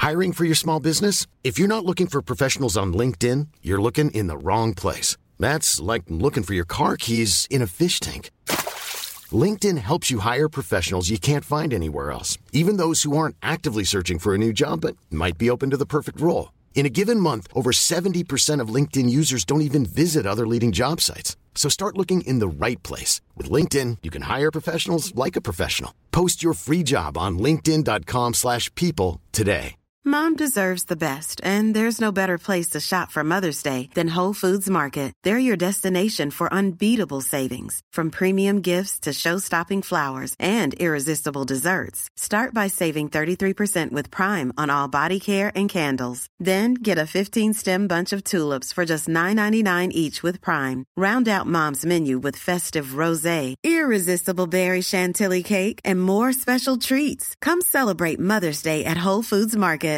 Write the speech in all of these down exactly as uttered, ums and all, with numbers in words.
Hiring for your small business? If you're not looking for professionals on LinkedIn, you're looking in the wrong place. That's like looking for your car keys in a fish tank. LinkedIn helps you hire professionals you can't find anywhere else, even those who aren't actively searching for a new job but might be open to the perfect role. In a given month, over seventy percent of LinkedIn users don't even visit other leading job sites. So start looking in the right place. With LinkedIn, you can hire professionals like a professional. Post your free job on linkedin dot com slash people today. Mom deserves the best, and there's no better place to shop for Mother's Day than Whole Foods Market. They're your destination for unbeatable savings, from premium gifts to show-stopping flowers and irresistible desserts. Start by saving thirty-three percent with Prime on all body care and candles. Then get a fifteen-stem bunch of tulips for just nine ninety-nine each with Prime. Round out Mom's menu with festive rosé, irresistible berry chantilly cake, and more special treats. Come celebrate Mother's Day at Whole Foods Market.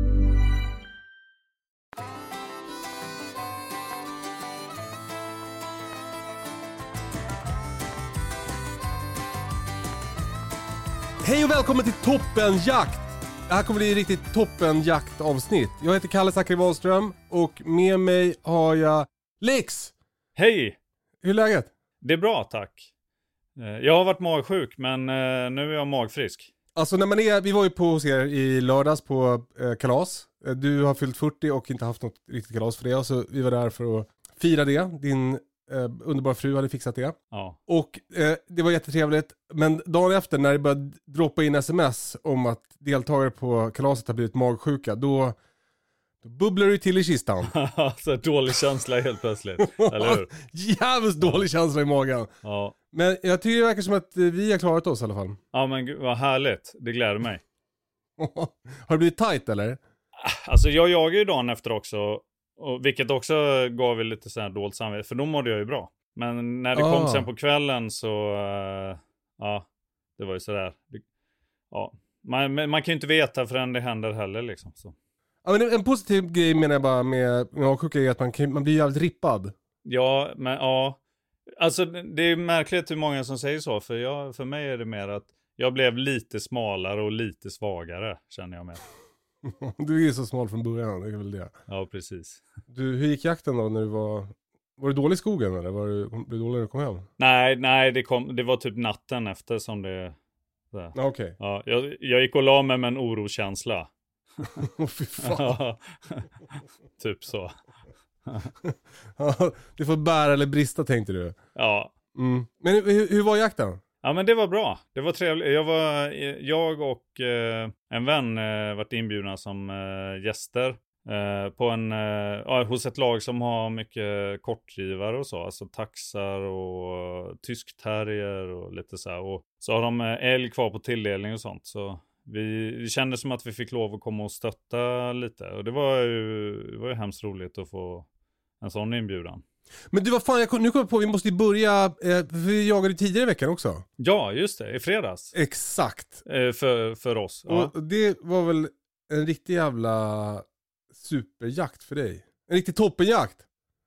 Hej och välkommen till Toppenjakt. Det här kommer bli riktigt toppenjaktavsnitt. Jag heter Kalle Zackari Wahlström och med mig har jag Lex. Hej! Hur är läget? Det är bra, tack. Jag har varit magsjuk, men nu är jag magfrisk. Alltså när man är, vi var ju på hos er i lördags på eh, kalas. Du har fyllt fyrtio och inte haft något riktigt kalas för det. Så vi var där för att fira det. Din eh, underbara fru hade fixat det. Ja. Och eh, det var jättetrevligt. Men dagen efter när det började droppa in sms om att deltagare på kalaset har blivit magsjuka, då, då bubblar du till i kistan. Så dålig känsla helt plötsligt, eller hur? Jävligt dålig känsla i magen. Ja. Men jag tycker det verkar som att vi har klarat oss i alla fall. Ja, men gud, vad härligt. Det gläder mig. Har det blivit tight eller? Alltså jag jagar ju dagen efter också. Och vilket också gav lite sån här dåligt samvete. För då mådde jag ju bra. Men när det ah. kom sen på kvällen så... Uh, ja, det var ju sådär. Det, ja. Man, man kan ju inte veta förrän det händer heller liksom. Så. Ja, men en positiv grej menar jag bara med magsjuka är att man, kan, man blir jävligt rippad. Ja, men ja... Alltså det är märkligt hur många som säger så. För, jag, för mig är det mer att jag blev lite smalare och lite svagare, känner jag med. Du är ju så smal från början, det är väl det. Ja, precis. Du, hur gick jakten då när du var... Var du dålig i skogen eller var du, blev du dålig när du kom hem? Nej, nej det, kom, det var typ natten efter som det... Ja, okej. Okay. Ja, jag, jag gick och la mig med en orokänsla. Åh, fy fan. Typ så. Ja, du får bära eller brista, tänkte du. Ja. Mm. Men hur, hur var jakten? Ja, men det var bra. Det var trevligt. Jag, var, jag och eh, en vän eh, varit inbjudna som eh, gäster eh, på en, eh, ja, hos ett lag som har mycket kortdrivare och så. Alltså taxar och tyskterrier och lite så här. Och så har de älg kvar på tilldelning och sånt. Så vi, det kändes som att vi fick lov att komma och stötta lite. Och det var ju, det var ju hemskt roligt att få en sån inbjudan. Men du, vad fan, jag kom, nu kommer jag på, vi måste ju börja, eh, vi jagade tidigare i veckan också. Ja, just det, i fredags. Exakt. Eh, för, för oss. Ja. Och det var väl en riktig jävla superjakt för dig. En riktig toppenjakt.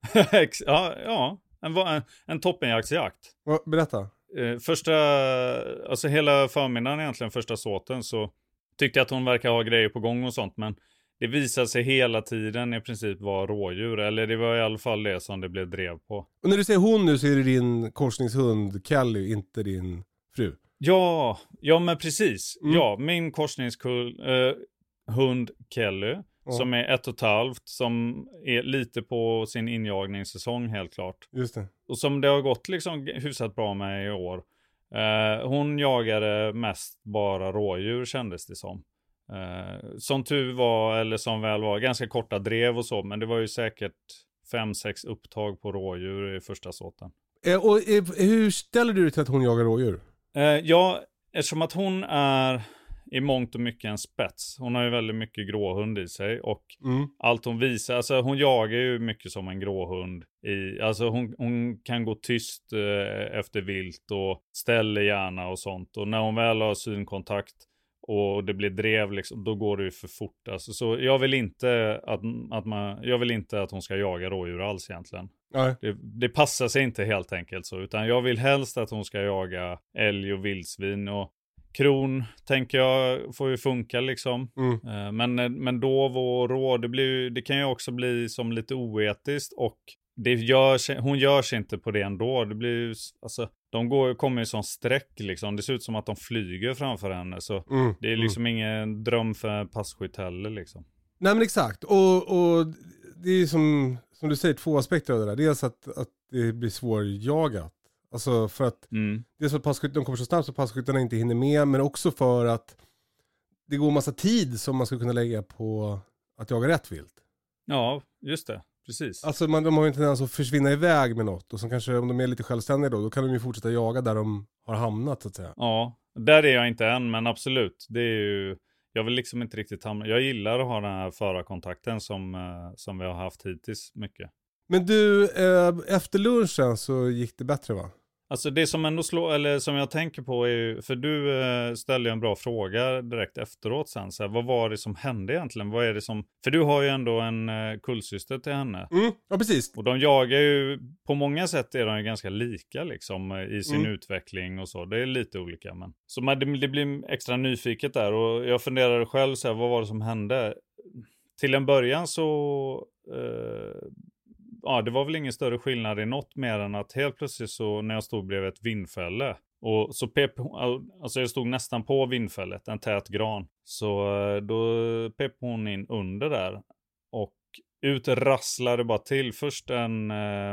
ja, ja, en, en, en toppenjaktsjakt. Berätta. Eh, första, alltså hela förmiddagen egentligen, första såten, så tyckte jag att hon verkar ha grejer på gång och sånt, men det visade sig hela tiden i princip vara rådjur. Eller det var i alla fall det som det blev drev på. Och när du säger hon nu så är det din korsningshund Kelly, inte din fru. Ja, ja men precis. Mm. Ja, min korsningshund eh, Kelly, ja. Som är ett och ett halvt. Som är lite på sin injagningssäsong helt klart. Just det. Och som det har gått liksom hyfsat bra med i år. Eh, hon jagade mest bara rådjur, kändes det som. Uh, som tur var, eller som väl var, ganska korta drev och så, men det var ju säkert fem sex upptag på rådjur i första såten. Uh, och uh, hur ställer du dig till att hon jagar rådjur? Uh, ja, eftersom att hon är i mångt och mycket en spets. Hon har ju väldigt mycket gråhund i sig och mm. allt hon visar, alltså hon jagar ju mycket som en gråhund i, alltså hon, hon kan gå tyst uh, efter vilt och ställer gärna och sånt, och när hon väl har synkontakt och det blir drev liksom, då går det ju för fort. Alltså, så jag vill inte att, att man, jag vill inte att hon ska jaga rådjur alls egentligen. Nej. Det, det passar sig inte helt enkelt så, utan jag vill helst att hon ska jaga älg och vildsvin, och kron, tänker jag, får ju funka liksom. Mm. Men, men dov och rå, det, blir, det kan ju också bli som lite oetiskt. Och det gör, hon gör sig inte på det ändå. Det blir ju, alltså, de går, kommer ju som streck liksom. Det ser ut som att de flyger framför henne. Så Mm. det är liksom mm. ingen dröm för passkytt heller liksom. Nej men exakt. Och, och det är som, som du säger, två aspekter av det där. Dels att, att det blir svårjagat. Alltså för att mm. dels för att passkytten, de kommer så snabbt så passkyttarna inte hinner med. Men också för att det går massa tid som man ska kunna lägga på att jaga rätt vilt. Ja, just det. Precis. Alltså man, de har ju en tendens att försvinna iväg med något. Och så kanske om de är lite självständiga då, då kan de ju fortsätta jaga där de har hamnat så att säga. Ja, där är jag inte än, men absolut. Det är ju, jag vill liksom inte riktigt hamna. Jag gillar att ha den här förarkontakten som, som vi har haft hittills mycket. Men du, eh, efter lunchen så gick det bättre va? Alltså det som ändå slår, eller som jag tänker på är ju, för du eh, ställde ju en bra fråga direkt efteråt sen. Så här, vad var det som hände egentligen? Vad är det som, för du har ju ändå en eh, kullsyster till henne. Mm, ja precis. Och de jagar ju, på många sätt är de ju ganska lika liksom i sin mm. utveckling och så. Det är lite olika men. Så man, det, det blir extra nyfiket där och jag funderade själv så här, vad var det som hände? Till en början så... Eh, ja, det var väl ingen större skillnad i något mer än att helt plötsligt så när jag stod bredvid ett vindfälle och så pep, alltså jag stod nästan på vindfället, en tät gran. Så då pep hon in under där och ut rasslade bara till först en eh,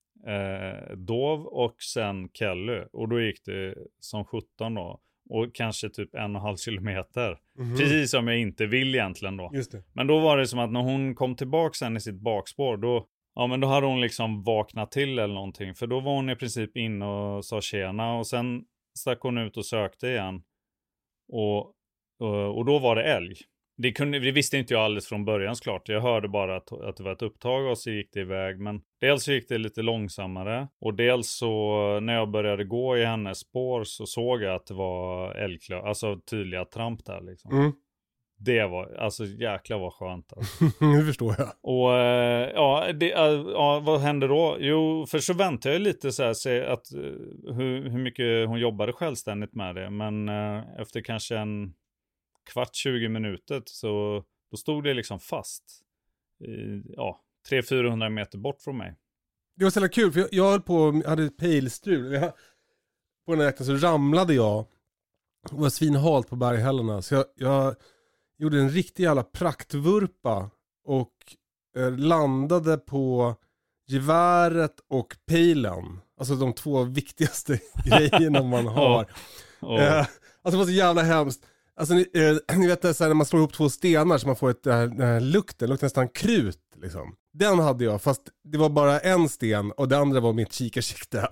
eh, dov och sen Kelly och då gick det som sjutton då. Och kanske typ en och en halv kilometer. Mm-hmm. Precis som jag inte vill egentligen då. Just det. Men då var det som att när hon kom tillbaka sen i sitt bakspår då, ja men då hade hon liksom vaknat till eller någonting. För då var hon i princip in och sa tjena. Och sen stack hon ut och sökte igen. Och, och, och då var det älg. Det, kunde, det visste inte jag alldeles från början såklart. Jag hörde bara att, att det var ett upptag och så gick det iväg. Men dels så gick det lite långsammare. Och dels så när jag började gå i hennes spår så såg jag att det var älgklö, alltså tydliga tramp där liksom. Mm. Det var, alltså jäkla vad skönt alltså. Nu förstår jag. Och ja, det, ja, vad hände då? Jo, för så väntade jag lite så här, se att hur, hur mycket hon jobbade självständigt med det. Men efter kanske en kvart, tjugo minuter så då stod det liksom fast. I, ja, tre till fyrahundra meter bort från mig. Det var så jävla kul, för jag, jag höll på, jag hade ett pejlstrul. Jag, på den här jakten så ramlade jag. Det var svinhalt på berghällarna. Så jag... jag gjorde en riktig jävla praktvurpa och eh, landade på geväret och pejlen. Alltså de två viktigaste grejerna man har. Oh. Oh. Eh, alltså det var så jävla hemskt. Alltså ni, eh, ni vet det, så här, när man slår ihop två stenar så man får ett, den här lukten, lukten nästan krut liksom. Den hade jag, fast det var bara en sten och det andra var mitt kikarsikte.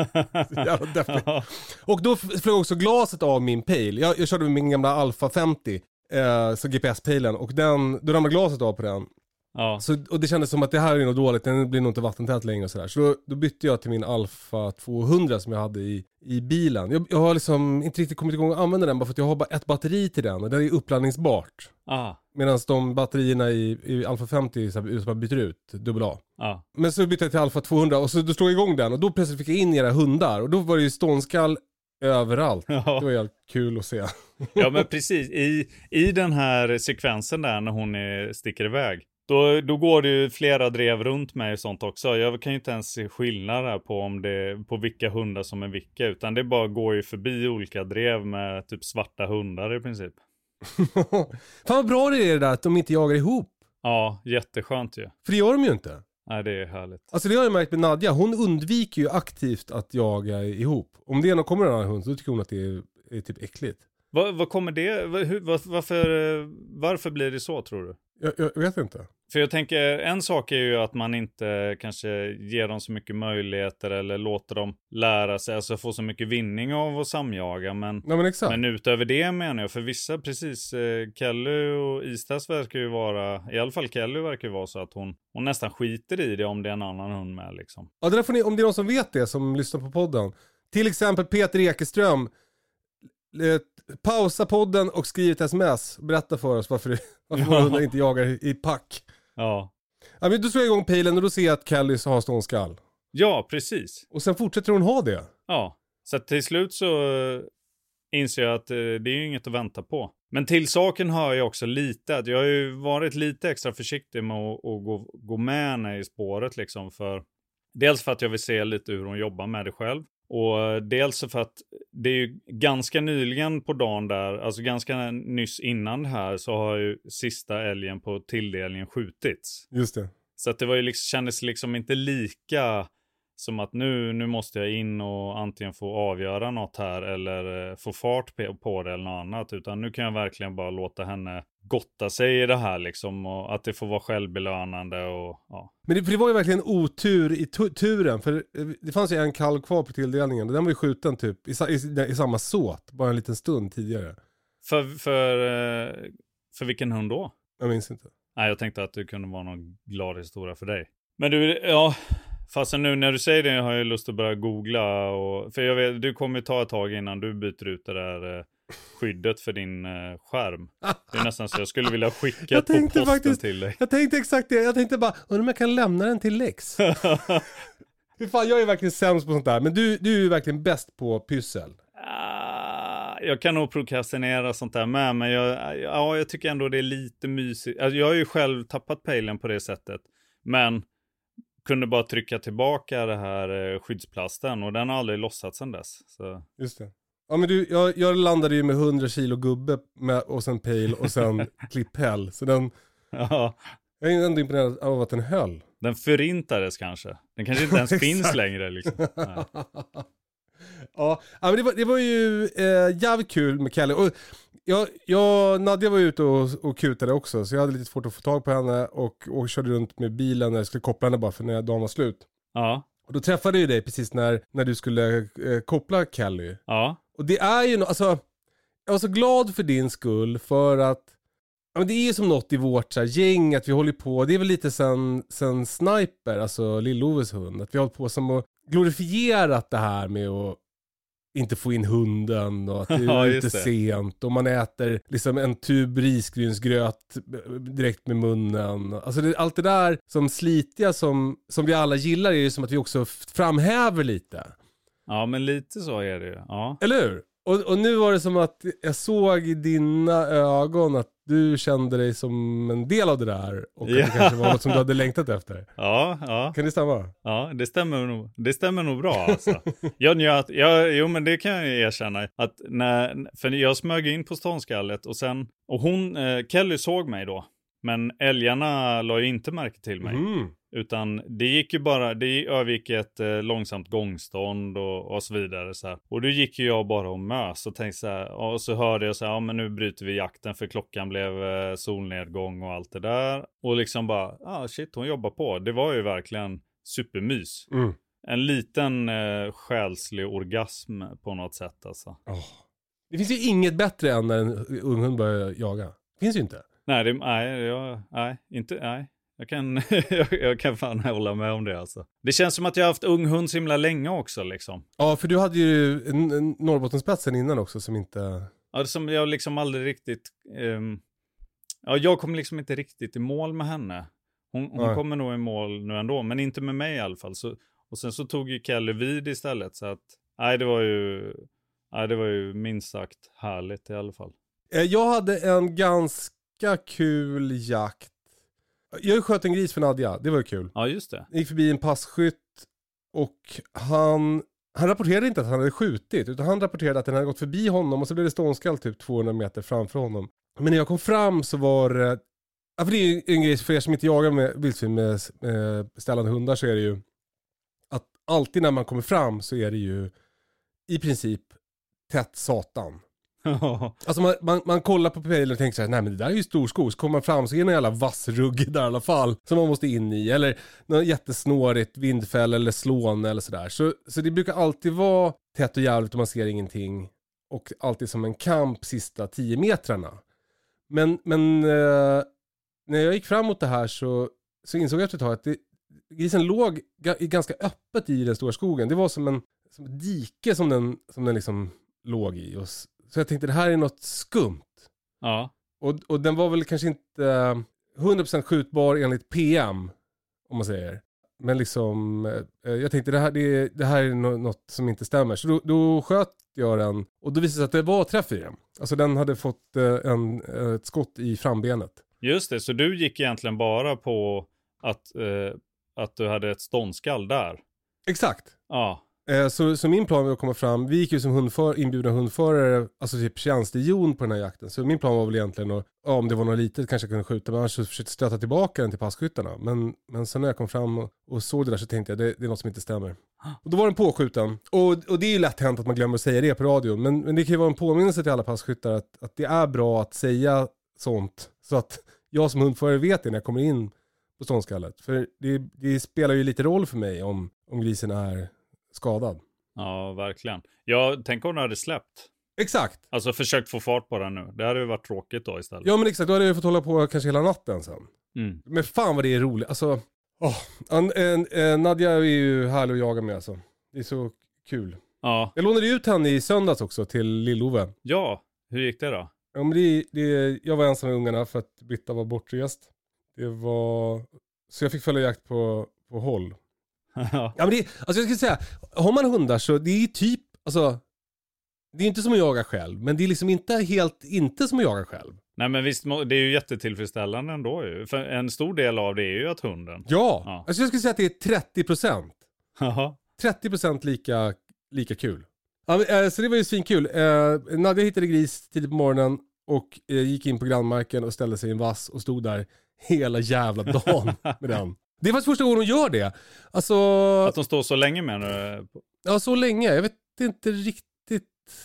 Och då flög också glaset av min pejl. Jag, jag körde med min gamla Alfa femtio. Eh, så G P S-pejlen och den, då ramlade glaset av på den. Ja. Så, och det kändes som att det här är något dåligt, den blir nog inte vattentät längre och sådär. Så då, då bytte jag till min Alfa tvåhundra som jag hade i, i bilen. Jag, jag har liksom inte riktigt kommit igång att använda den bara för att jag har bara ett batteri till den och den är uppladdningsbart. Ah. Medan de batterierna i, i Alfa femtio så här, byter ut, dubbel A. Ah. Men så bytte jag till Alfa tvåhundra och så då slog jag igång den och då plötsligt fick jag in era hundar och då var det ju stånskall överallt. Ja. Det var helt kul att se. Ja men precis, I, i den här sekvensen där när hon är, sticker iväg då, då går det ju flera drev runt mig och sånt också. Jag kan ju inte ens se skillnad här på, om det, på vilka hundar som är vilka, utan det bara går ju förbi olika drev med typ svarta hundar i princip. Fan vad bra det är det där att de inte jagar ihop. Ja, jätteskönt ju. För det gör de ju inte. Nej, det är härligt. Alltså det har jag märkt med Nadja. Hon undviker ju aktivt att jaga ihop. Om det kommer en annan hund så tycker hon att det är, är typ äckligt. Vad, vad kommer det? Hur, var, varför, varför blir det så tror du? Jag, jag vet inte. För jag tänker, en sak är ju att man inte kanske ger dem så mycket möjligheter eller låter dem lära sig, alltså få så mycket vinning av att samjaga. Men, ja, men, exakt. men utöver det menar jag, för vissa precis, eh, Kelly och Istas verkar ju vara, i alla fall Kelly verkar ju vara så att hon, hon nästan skiter i det om det är en annan hund med liksom. Ja, det där får ni, om det är någon som vet det, som lyssnar på podden. Till exempel Peter Ekeström. Pausa podden och skriv ett sms. Berätta för oss varför, varför ja. hundar inte jagar i pack. Ja. Ja, men då slår jag igång pejlen och då ser jag att Kelly har ståndskall. Ja, precis. Och sen fortsätter hon ha det. Ja, så till slut så inser jag att eh, det är ju inget att vänta på. Men till saken har jag också lite, att jag har ju varit lite extra försiktig med att, att gå, gå med henne i spåret liksom. För, dels för att jag vill se lite hur hon jobbar med det själv. Och dels för att det är ju ganska nyligen på dagen där, alltså ganska nyss innan det här, så har ju sista älgen på tilldelningen skjutits. Just det. Så att det var ju liksom, kändes liksom inte lika som att nu, nu måste jag in och antingen få avgöra något här eller få fart på det eller något annat. Utan nu kan jag verkligen bara låta henne gotta sig i det här liksom, och att det får vara självbelönande och ja. Men det, för det var ju verkligen otur i tu- turen, för det fanns ju en kalv kvar på tilldelningen och den var ju skjuten typ i, i, i samma såt, bara en liten stund tidigare. För, för, för vilken hund då? Jag minns inte. Nej, jag tänkte att det kunde vara någon glad historia för dig. Men du, ja, fast nu när du säger det har jag lust att börja googla. Och, för jag vet, du kommer ju ta ett tag innan du byter ut det där eh, skyddet för din eh, skärm. Det är nästan så jag skulle vilja skicka jag på posten faktiskt, till dig. Jag tänkte exakt det. Jag tänkte bara, undrar om jag kan lämna den till Lex. Fy fan, jag är verkligen sämst på sånt där. Men du, du är ju verkligen bäst på pyssel. Jag kan nog prokrastinera sånt där med, men jag, ja, jag tycker ändå det är lite mysigt. Alltså, jag har ju själv tappat pejlen på det sättet, men kunde bara trycka tillbaka det här eh, skyddsplasten och den har aldrig lossat sedan dess. Så. Just det. Ja, men du, jag, jag landade ju med hundra kilo gubbe med, och sen pejl och sen klipphäll. Så den, ja. jag är ändå imponerad av att den höll. Den förintades kanske. Den kanske inte ens finns längre liksom. Nej. Ja, men det var, det var ju eh, jävligt kul med Kelly. Och jag, jag, Nadja var ute och, och kutade också, så jag hade lite svårt att få tag på henne och, och körde runt med bilen när jag skulle koppla henne bara för när dagen var slut. Ja. Och då träffade jag dig precis när, när du skulle eh, koppla Kelly. Ja. Och det är ju, no, alltså, jag var så glad för din skull för att ja, men det är ju som något i vårt så här, gäng att vi håller på, det är väl lite sen, sen Sniper, alltså Lill-Oves hund, att vi har hållit på som att glorifierat det här med att inte få in hunden och att det är ja, lite sent och man äter liksom en tub risgrynsgröt direkt med munnen. Alltså det, allt det där som slitiga som, som vi alla gillar är ju som att vi också framhäver lite. Ja, men lite så är det ju. Ja. Eller hur? Och, och nu var det som att jag såg i dina ögon att du kände dig som en del av det där. Och att ja. det kanske var något som du hade längtat efter. Ja, ja. Kan det stämma? Ja, det stämmer nog, det stämmer nog bra alltså. jag njöt, jag, jo men det kan jag erkänna. Att när, för jag smög in på ståndskallet och sen, och hon, eh, Kelly såg mig då. Men älgarna la ju inte märke till mig. Mm. Utan det gick ju bara, det övergick ett eh, långsamt gångstånd och, och så vidare så här. Och då gick ju jag bara och mös och tänkte så här, och så hörde jag så här, ja men nu bryter vi jakten för klockan blev eh, solnedgång och allt det där. Och liksom bara, ah shit hon jobbar på. Det var ju verkligen supermys. Mm. En liten eh, själslig orgasm på något sätt alltså. Oh. Det finns ju inget bättre än när en ung hund börjar jaga. Det finns ju inte. Nej, det, nej, jag, nej, inte, nej. Jag kan, jag, jag kan fan hålla med om det alltså. Det känns som att jag har haft ung hund så himla länge också liksom. Ja, för du hade ju en, en Norrbottenspetsen innan också som inte... Ja, som jag liksom aldrig riktigt... Um, ja, jag kom liksom inte riktigt i mål med henne. Hon, hon kommer nog i mål nu ändå, men inte med mig i alla fall. Så, och sen så tog ju Kelly vid istället. Så att, nej det var ju... Nej, det var ju minst sagt härligt i alla fall. Jag hade en ganska kul jakt. Jag sköt en gris för Nadja, det var ju kul. Ja, just det. Jag gick förbi en passkytt och han, han rapporterade inte att han hade skjutit, utan han rapporterade att den hade gått förbi honom och så blev det ståndskall typ tvåhundra meter framför honom. Men när jag kom fram så var det, ja, för det är ju en grej för er som inte jagar med vildsvin med, med ställande hundar, så är det ju att alltid när man kommer fram så är det ju i princip tätt satan. Alltså man, man, man kollar på pejlen och tänker så här, nej men det där är ju storskog. Så kommer man fram så är det en jävla vassrugg där i alla fall som man måste in i. Eller något jättesnårigt vindfäll eller slån eller sådär. Så, så det brukar alltid vara tätt och jävligt och man ser ingenting. Och alltid som en kamp sista tio metrarna. Men, men eh, när jag gick fram mot det här så, så insåg jag efter ett tag att det, grisen låg g- ganska öppet i den stora skogen. Det var som en som ett dike som den, som den liksom låg i. Och så jag tänkte det här är något skumt. Ja. Och, och den var väl kanske inte hundra procent skjutbar enligt P M, om man säger. men liksom, eh, jag tänkte det här, det, det här är något som inte stämmer. Så då, då sköt jag den och då visade det sig att det var träff i den. Alltså den hade fått eh, en, ett skott i frambenet. Just det, så du gick egentligen bara på att, eh, att du hade ett ståndskall där? Exakt. Ja. Eh, så, så min plan var att komma fram, vi gick ju som hundför, inbjudna hundförare, alltså typ tjänstejon på den här jakten. Så min plan var väl egentligen att, ja, om det var något litet kanske jag kunde skjuta, men annars så försökte stöta tillbaka den till passkyttarna. Men, men sen när jag kom fram och, och såg det där så tänkte jag, det, det är något som inte stämmer. Och då var den påskjuten. Och, och det är ju lätt hänt att man glömmer att säga det på radion. Men, men det kan ju vara en påminnelse till alla passkyttar att, att det är bra att säga sånt. Så att jag som hundförare vet det när jag kommer in på ståndskallet. För det, det spelar ju lite roll för mig om, om grisen är skadad. Ja, verkligen. Jag tänker om du hade släppt. Exakt. Alltså försökt få fart på den nu. Det hade ju varit tråkigt då istället. Ja men exakt, då hade jag fått hålla på kanske hela natten sen. Mm. Men fan vad det är roligt. Alltså, oh, an, en, en, Nadja är ju härlig att jaga med alltså. Det är så kul. Ja. Jag lånade ut henne i söndags också till Lill-Ove. Ja, hur gick det då? Ja, men det, det, jag var ensam med ungarna för att Britta var bortrest. Det var... Så jag fick följa jakt på, på håll. Ja men det, alltså jag ska säga, har man hundar så det är typ, alltså det är inte som att jaga själv, men det är liksom inte helt, inte som att jaga själv. Nej men visst, det är ju jättetillfredsställande ändå ju. För en stor del av det är ju att hunden. Ja, ja. Alltså jag skulle säga att det är trettio procent. Jaha. trettio procent lika, lika kul. Ja, men, äh, så det var ju svinkul. Äh, Nadja hittade gris tidigt på morgonen och äh, gick in på grannmarken och ställde sig i en vass och stod där hela jävla dagen med den. Det är faktiskt första gången hon gör det. Alltså... Att de står så länge med nu? Ja, så länge. Jag vet inte riktigt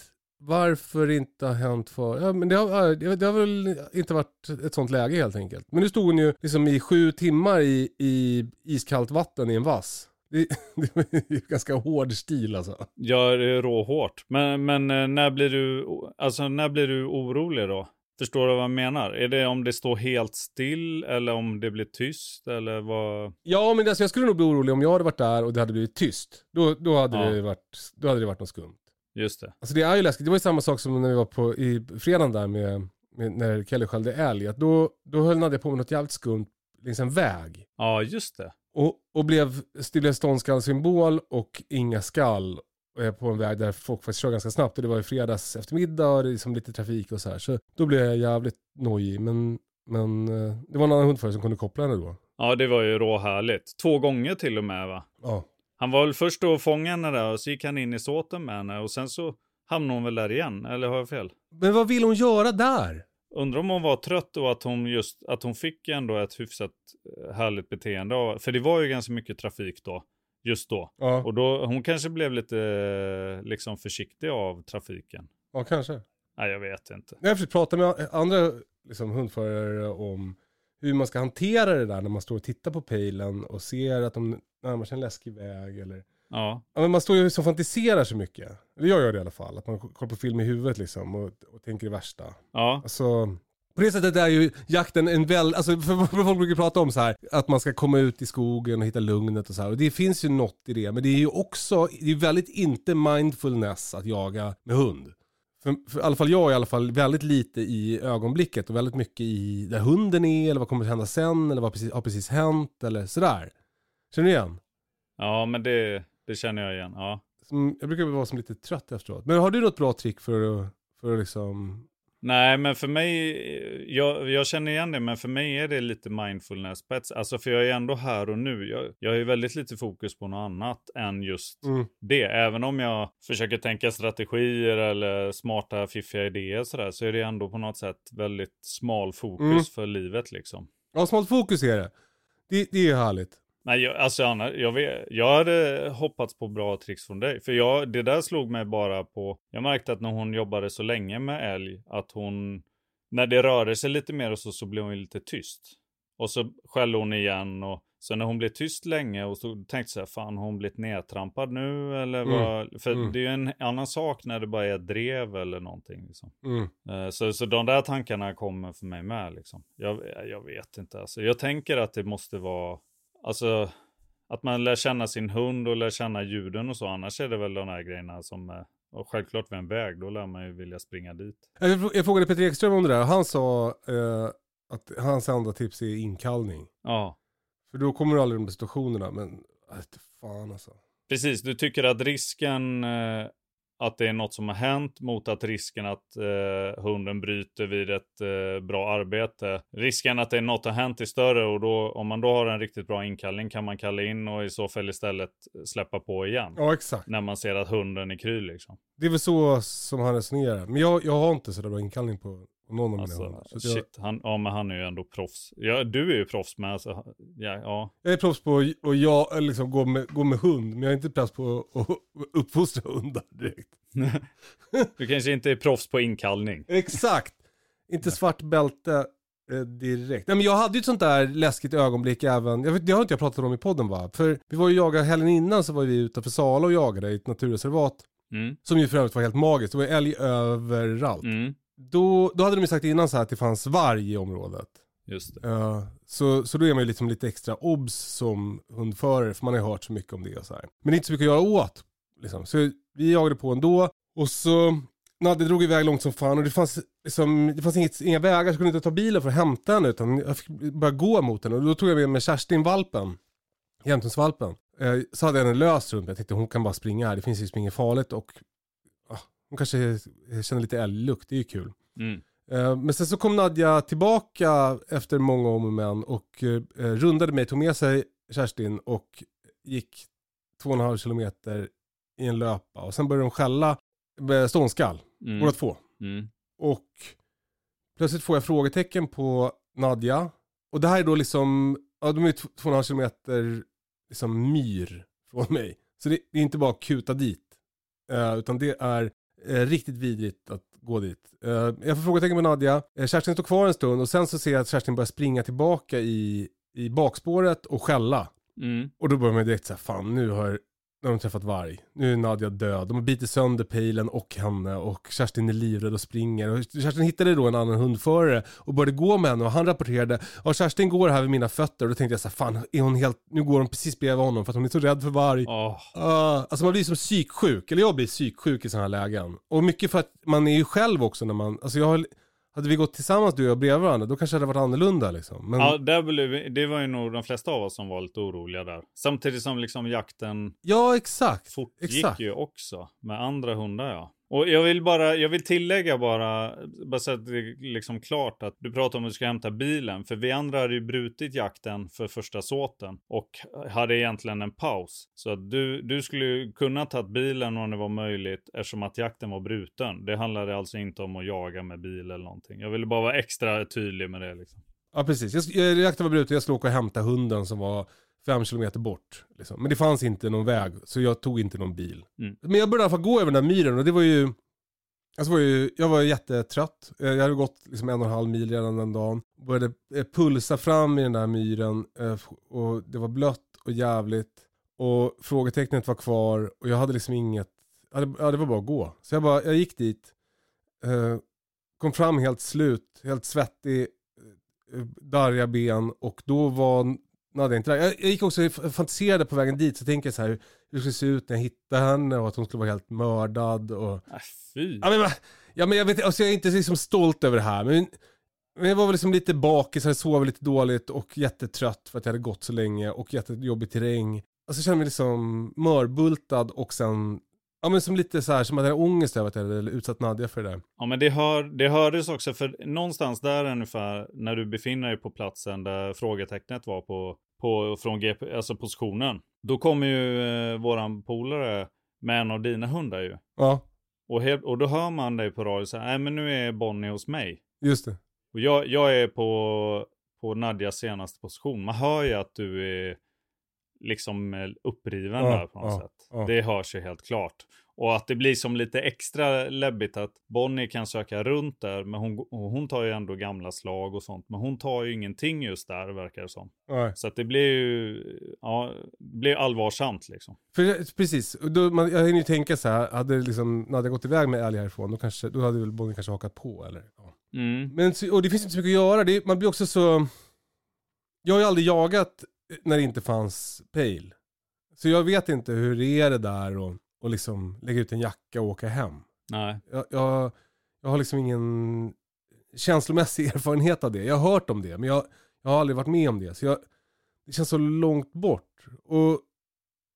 varför det inte har hänt för... Ja, men det har, det har väl inte varit ett sånt läge helt enkelt. Men nu stod hon ju liksom i sju timmar i, i iskallt vatten i en vass. Det, det är ju ganska hård stil alltså. Ja, det är råhårt. Men, men när blir du... Alltså när blir du orolig då? Förstår du vad jag menar? Är det om det står helt still eller om det blir tyst eller vad? Ja, men alltså jag skulle nog bli orolig om jag hade varit där och det hade blivit tyst. Då, då, hade, ja. det varit, då hade det varit något skumt. Just det. Alltså det är ju läskigt. Det var ju samma sak som när vi var på i fredagen där med, med när Kelly skällde älg. Att då, då höll Nadja på med något jävligt skumt längs en väg. Ja, just det. Och, och blev stilla ståndskallsymbol och inga skall på en väg där folk faktiskt kör ganska snabbt. Och det var ju fredags eftermiddag och det är liksom lite trafik och så här. Så då blev jag jävligt nojig. Men, men det var en annan hundförare som kunde koppla henne då. Ja, det var ju råhärligt. Två gånger till och med va? Ja. Han var väl först då och fångade henne där och så gick han in i såten med henne. Och sen så hamnade hon väl där igen, eller har jag fel? Men vad vill hon göra där? Undrar om hon var trött och att hon just att hon fick ändå ett hyfsat härligt beteende. För det var ju ganska mycket trafik då. Just då. Ja. Och då, hon kanske blev lite liksom försiktig av trafiken. Ja, kanske. Nej, jag vet inte. Jag har försökt prata med andra liksom, hundförare om hur man ska hantera det där när man står och tittar på pejlen och ser att de närmar sig en läskig väg. Eller... Ja. Ja, men man står ju och fantiserar så mycket. Eller jag gör det i alla fall. Att man kollar på film i huvudet liksom och, och tänker det värsta. Ja. Alltså... På det sättet är ju jakten en väl, alltså för folk brukar prata om så här att man ska komma ut i skogen och hitta lugnet och så här. Och det finns ju något i det, men det är ju också, det är väldigt inte mindfulness att jaga med hund. För, för i alla fall jag är i alla fall väldigt lite i ögonblicket och väldigt mycket i där hunden är eller vad kommer att hända sen eller vad precis, har precis hänt eller sådär. Känner du igen? Ja, men det, det känner jag igen, ja. Som, jag brukar vara som lite trött efteråt. Men har du något bra trick för att, för att liksom... Nej, men för mig, jag, jag känner igen det, men för mig är det lite mindfulness. Alltså för jag är ändå här och nu. Jag, jag har ju väldigt lite fokus på något annat än just mm. det. Även om jag försöker tänka strategier eller smarta, fiffiga idéer sådär, så är det ändå på något sätt väldigt smal fokus mm. för livet liksom. Ja, smalt fokus är det. Det, det är härligt. Nej, jag, alltså Anna, jag, vet, jag hade hoppats på bra tricks från dig. För jag, det där slog mig bara på... Jag märkte att när hon jobbade så länge med älg, att hon... När det rörde sig lite mer och så, så blev hon lite tyst. Och så skällde hon igen. Och så när hon blev tyst länge och så tänkte jag, fan, har hon blivit nedtrampad nu? Eller vad? Mm. För mm. det är ju en annan sak när det bara är ett drev eller någonting. Liksom. Mm. Så, så de där tankarna kommer för mig med. Liksom. Jag, jag vet inte. Alltså, jag tänker att det måste vara... Alltså, att man lär känna sin hund och lär känna ljuden och så. Annars är det väl de här grejerna som... Och självklart vid en väg, då lär man ju vilja springa dit. Jag frågade Peter Ekström om det där. Han sa eh, att hans enda tips är inkallning. Ja. För då kommer du aldrig i de situationerna. Men Jag vet fan alltså. Precis, du tycker att risken eh, att det är något som har hänt mot att risken att eh, hunden bryter vid ett eh, bra arbete. Risken att det är något har hänt är större, och då, om man då har en riktigt bra inkallning kan man kalla in och i så fall istället släppa på igen. Ja, exakt. När man ser att hunden är kry liksom. Det är väl så som han resonerar. Men jag, jag har inte så bra inkallning på någon av Alltså, mina hundar. Så shit, jag, han, ja men han är ju ändå proffs. Ja, du är ju proffs med alltså, ja, ja. jag är proffs på att och jag, liksom, gå, med, gå med hund, men jag är inte proffs på att uppfostra hundar direkt. Du kanske inte är proffs på inkallning. Exakt. Inte svart bälte eh, direkt. Nej, men jag hade ju ett sånt där läskigt ögonblick även. Jag vet, det har inte jag pratat om i podden, va? För vi var ju jagade helgen innan, så var vi utanför Sala och jagade i ett naturreservat. Mm. Som ju för övrigt var helt magiskt. Det var älg överallt. Mm. Då, då hade de ju sagt innan så här att det fanns varg i området. Just det. Uh, så, så då är man ju liksom lite extra obs som hundförare, för man har ju hört så mycket om det och så här. Men det är inte så mycket att göra åt. Liksom. Så vi jagade på ändå. Och så, nej, det drog iväg långt som fan. Och det fanns, liksom, det fanns inget, inga vägar, så jag kunde inte ta bilen för att hämta henne. Utan jag fick börja gå mot henne. Och då tog jag med mig Kerstin-valpen. Jämthundsvalpen. Uh, så hade jag henne löst runt. Jag tänkte hon kan bara springa här. Det finns ju inget farligt. Och uh, hon kanske känner lite älglukt. Det är ju kul. Mm. Men sen så kom Nadja tillbaka efter många om och men och eh, rundade mig, tog med sig Kerstin och gick två och en halv kilometer i en löpa. Och sen började de skälla med ståndskall, Mm. båda två. Mm. Och plötsligt får jag frågetecken på Nadja. Och det här är då liksom, ja, de är två och en halv kilometer liksom myr från mig. Så det, det är inte bara att kuta dit. Uh, utan det är uh, riktigt vidrigt att gå dit. Uh, jag får frågetecken på Nadja. Uh, Kerstin står kvar en stund och sen så ser jag att Kerstin börjar springa tillbaka i, i bakspåret och skälla. Mm. Och då börjar man direkt säga, fan nu har, nu har de träffat varg. Nu är Nadja död. De har bitit sönder pejlen och henne och Kerstin är livrädd och springer. Och Kerstin hittade då en annan hundförare och började gå med henne och han rapporterade, ja, Kerstin går här vid mina fötter. Och då tänkte jag så här, fan är hon helt, nu går hon precis bredvid honom för att hon är så rädd för varg. Oh. Uh, alltså man blir som psyksjuk, eller jag blir psyksjuk i sådana här lägen. Och mycket för att man är ju själv också när man, alltså jag har, hade vi gått tillsammans du och jag bredvid varandra, då kanske det hade varit annorlunda liksom. Men... Ja, det, blev, det var ju nog de flesta av oss som var lite oroliga där. Samtidigt som liksom jakten ja, exakt. fortgick exakt. ju också med andra hundar, ja. Och jag vill bara, jag vill tillägga bara, bara så att det är liksom klart att du pratar om att du ska hämta bilen. För vi andra hade ju brutit jakten för första såten och hade egentligen en paus. Så att du, du skulle ju kunna ta bilen om det var möjligt eftersom att jakten var bruten. Det handlade alltså inte om att jaga med bil eller någonting. Jag ville bara vara extra tydlig med det liksom. Ja, precis. Jag, jag, jakten var bruten, jag skulle åka och hämta hunden som var fem kilometer bort. Liksom. Men det fanns inte någon väg, så jag tog inte någon bil. Mm. Men jag började i alla fall gå över den där myren och det var ju... Alltså var ju jag var jättetrött. Jag hade gått liksom en och en halv mil redan den dagen. Började pulsa fram i den där myren och det var blött och jävligt. Och frågetecknet var kvar och jag hade liksom inget... Ja, det var bara att gå. Så jag, bara, jag gick dit. Kom fram helt slut, helt svettig, darriga ben och då var... Nej, inte jag, jag gick också fantiserade på vägen dit, så tänkte jag så här hur det skulle se ut när jag hittade henne och att hon skulle vara helt mördad och äh, fy. Ja men, ja, men jag vet alltså jag är inte liksom stolt över det här, men, men jag var väl liksom lite bakis, jag sov lite dåligt och jättetrött för att jag hade gått så länge och jättejobbig terräng. Alltså jag kände mig liksom mörbultad och sen ja men som lite så här som att jag hade ångest över att jag hade utsatt Nadja för det där. Ja men det, hör, det hördes också för någonstans där ungefär när du befinner dig på platsen där frågetecknet var på, på från G P, alltså positionen. Då kommer ju eh, våran polare med en av dina hundar ju. Ja. Och, helt, och då hör man dig på radio så här, nej men nu är Bonnie hos mig. Just det. Och jag, jag är på, på Nadjas senaste position. Man hör ju att du är liksom uppriven ja, där på något ja, sätt. Ja. Det hörs ju helt klart. Och att det blir som lite extra läbbigt att Bonnie kan söka runt där. Men hon, hon tar ju ändå gamla slag och sånt. Men hon tar ju ingenting just där, verkar det som. Nej. Så att det blir ju ja, det blir allvarsamt liksom. För, precis. Då, man, jag hinner ju tänka så här. Hade liksom, när jag gått iväg med älg härifrån. Då, kanske, då hade väl Bonnie kanske hakat på. Eller, ja. mm. Men, och det finns inte så mycket att göra. Det, man blir också så... Jag har ju aldrig jagat när det inte fanns pejl. Så jag vet inte hur det är det där och, och liksom lägga ut en jacka och åka hem. Nej. Jag, jag, jag har liksom ingen känslomässig erfarenhet av det. Jag har hört om det, men jag, jag har aldrig varit med om det. Så jag, det känns så långt bort. Och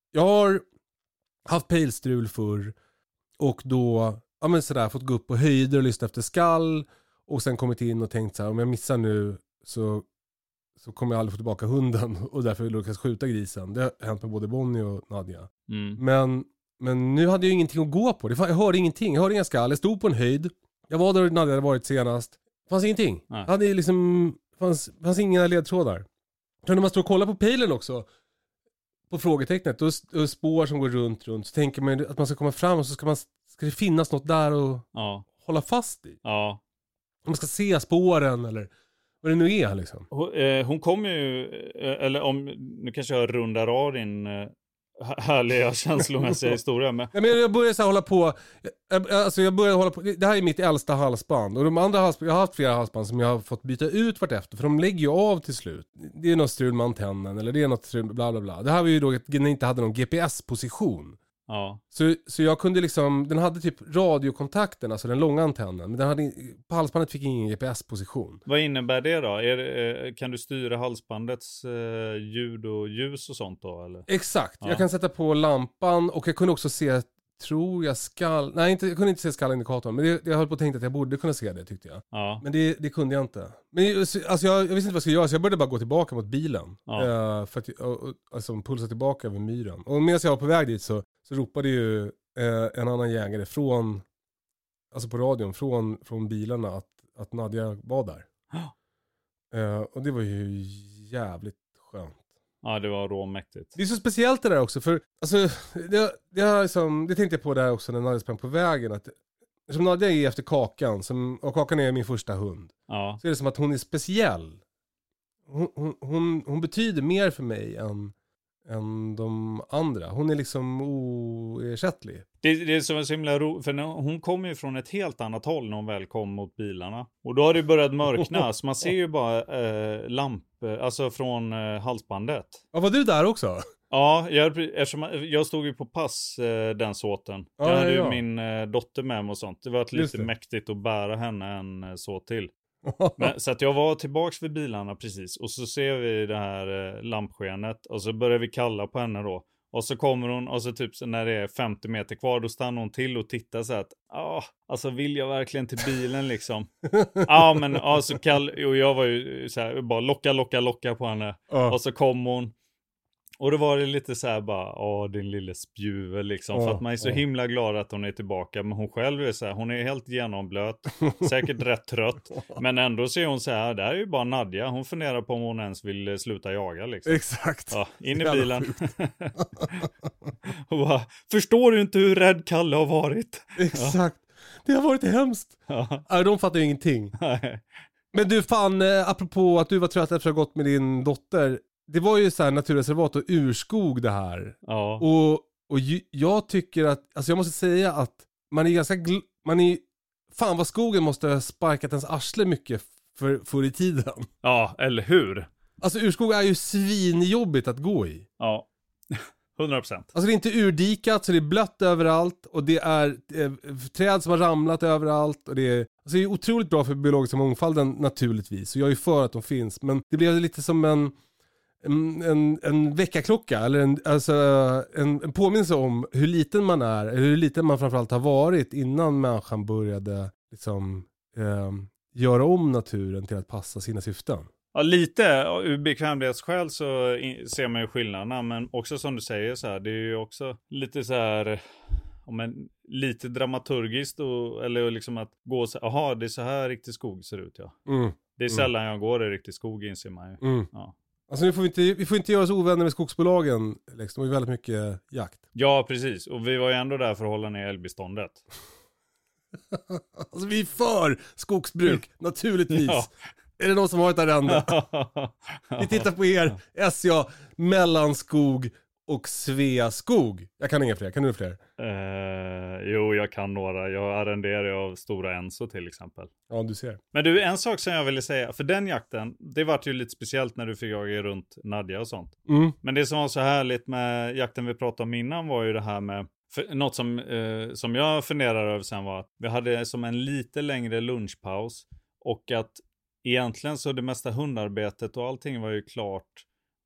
jag har haft pejlstrul förr och då, ja men sådär, fått gå upp på höjder och lyssna efter skall och sen kommit in och tänkt så här, om jag missar nu så, så kommer jag aldrig få tillbaka hunden och därför vill jag lyckas skjuta grisen. Det har hänt med både Bonnie och Nadja. Mm. Men, men nu hade jag ingenting att gå på. Det, jag hörde ingenting, jag hörde inga skall. Jag stod på en höjd. Jag var där Nadja hade varit senast. Det fanns ingenting. Nej. Jag hade liksom, fanns, fanns inga ledtrådar. Så när man står och kollar på pejlen också, på frågetecknet, och, och spår som går runt, runt, så tänker man att man ska komma fram och så ska, man, ska det finnas något där och Ja. hålla fast i. Ja. Man ska se spåren eller vad det nu är liksom. Hon, eh, hon kommer ju, eh, eller om, nu kanske jag rundar av din eh, härliga känslomässiga historia med. Ja, men jag började så här hålla på, jag, alltså jag började hålla på, det här är mitt äldsta halsband. Och de andra halsband, jag har haft flera halsband som jag har fått byta ut vartefter. För de lägger ju av till slut. Det är något strul med antennen eller det är något strul, bla bla bla. Det här var ju då att den inte hade någon G P S-position. Ja. Så, så jag kunde liksom, den hade typ radiokontakten, alltså den långa antennen. Men den hade, på halsbandet fick ingen G P S-position. Vad innebär det då? Är det, eh, kan du styra halsbandets eh, ljud och ljus och sånt då? Eller? Exakt, Ja. jag kan sätta på lampan och jag kunde också se, tror jag skall, nej inte, jag kunde inte se skallindikatorn. Men det, jag höll på att tänka att jag borde kunna se det tyckte jag. Ja. Men det, det kunde jag inte. Men alltså, jag, jag visste inte vad jag skulle göra så jag började bara gå tillbaka mot bilen. Ja. Eh, för att och, och, alltså, pulsa tillbaka över myren. Och medan jag var på väg dit så, så ropade ju eh, en annan jägare från, alltså på radion, från, från bilarna att, att Nadja var där. Eh, och det var ju jävligt skönt. Ja, det var råmäktigt. Det är så speciellt det där också, för alltså, det, det, har liksom, det tänkte jag på där också när Nadja sprang på vägen. Att, som Nadja är efter Kakan, som, och Kakan är min första hund, Ja. så är det som att hon är speciell. Hon, hon, hon, hon betyder mer för mig än, än de andra. Hon är liksom oersättlig. Det, det är så, så himla ro, för när, hon kommer ju från ett helt annat håll när hon väl kom mot bilarna. Och då har det börjat mörkna, så man ser ju bara eh, lamp, alltså från eh, halsbandet. Ja, var du där också? Ja, jag, eftersom, jag stod ju på pass eh, den såten. Ja, jag hade ja. ju min eh, dotter med mig och sånt. Det var ett Just lite det. mäktigt att bära henne en eh, så till. Men, så att jag var tillbaks vid bilarna precis. Och så ser vi det här eh, lampskenet. Och så börjar vi kalla på henne då. Och så kommer hon, och så typ så när det är femtio meter kvar, då stannar hon till och tittar så att, ja, alltså vill jag verkligen till bilen liksom? Ja, men ja, så kall, och jag var ju så här, bara locka, locka, locka på henne. Ja. Och så kom hon. Och då var det lite så här bara, åh din lille spjuver liksom. Ja, för att man är så ja. himla glad att hon är tillbaka. Men hon själv är så här, hon är helt genomblöt. Säkert rätt trött. Men ändå ser hon så här, det här är ju bara Nadja. Hon funderar på om hon ens vill eh, sluta jaga liksom. Exakt. Ja, in i Jävla bilen. Och bara, förstår du inte hur rädd Kalle har varit? Exakt. Det har varit hemskt. Ja. Nej, de fattar ju ingenting. Nej. Men du fan, eh, apropå att du var trött efter att ha gått med din dotter. Det var ju så här naturreservat och urskog det här. Ja. Och, och ju, jag tycker att, alltså jag måste säga att man är ganska, gl- man är, fan vad skogen måste ha sparkat ens arsle mycket för, för i tiden. Ja, eller hur? Alltså urskog är ju svinjobbigt att gå i. Ja, hundra procent. Alltså det är inte urdikat så det är blött överallt och det är eh, träd som har ramlat överallt och det är, alltså det är otroligt bra för biologiska mångfalden naturligtvis. Och jag är för att de finns, men det blev lite som en En, en, en väckarklocka eller en, alltså, en, en påminnelse om hur liten man är, eller hur liten man framförallt har varit innan människan började liksom, eh, göra om naturen till att passa sina syften. Ja, lite ur bekvämlighetsskäl så in, ser man ju skillnaderna, men också som du säger så här, det är ju också lite så här, om en, lite dramaturgiskt och, eller liksom att gå så, aha, det är så här riktig skog ser ut, ja. Mm. Det är sällan jag går i riktig skog, inser man ju. Mm. Ja. Alltså nu får vi inte, vi får inte göra oss ovänner med skogsbolagen, Lex. De har ju väldigt mycket jakt. Ja, precis. Och vi var ju ändå där för att hålla ner älgbeståndet. Alltså vi är för skogsbruk, naturligtvis. Ja. Är det någon som har ett arrende? Vi tittar på er, S C A, Mellanskog och Sveaskog. Jag kan inga fler, kan du fler? Eh, jo, jag kan några. Jag arrenderar ju av Stora Enso till exempel. Ja, du ser. Men du, en sak som jag ville säga, för den jakten, det var ju lite speciellt när du fick jaga runt Nadja och sånt. Mm. Men det som var så härligt med jakten vi pratade om innan var ju det här med, för något som, eh, som jag funderar över sen var att vi hade som en lite längre lunchpaus och att egentligen så det mesta hundarbetet och allting var ju klart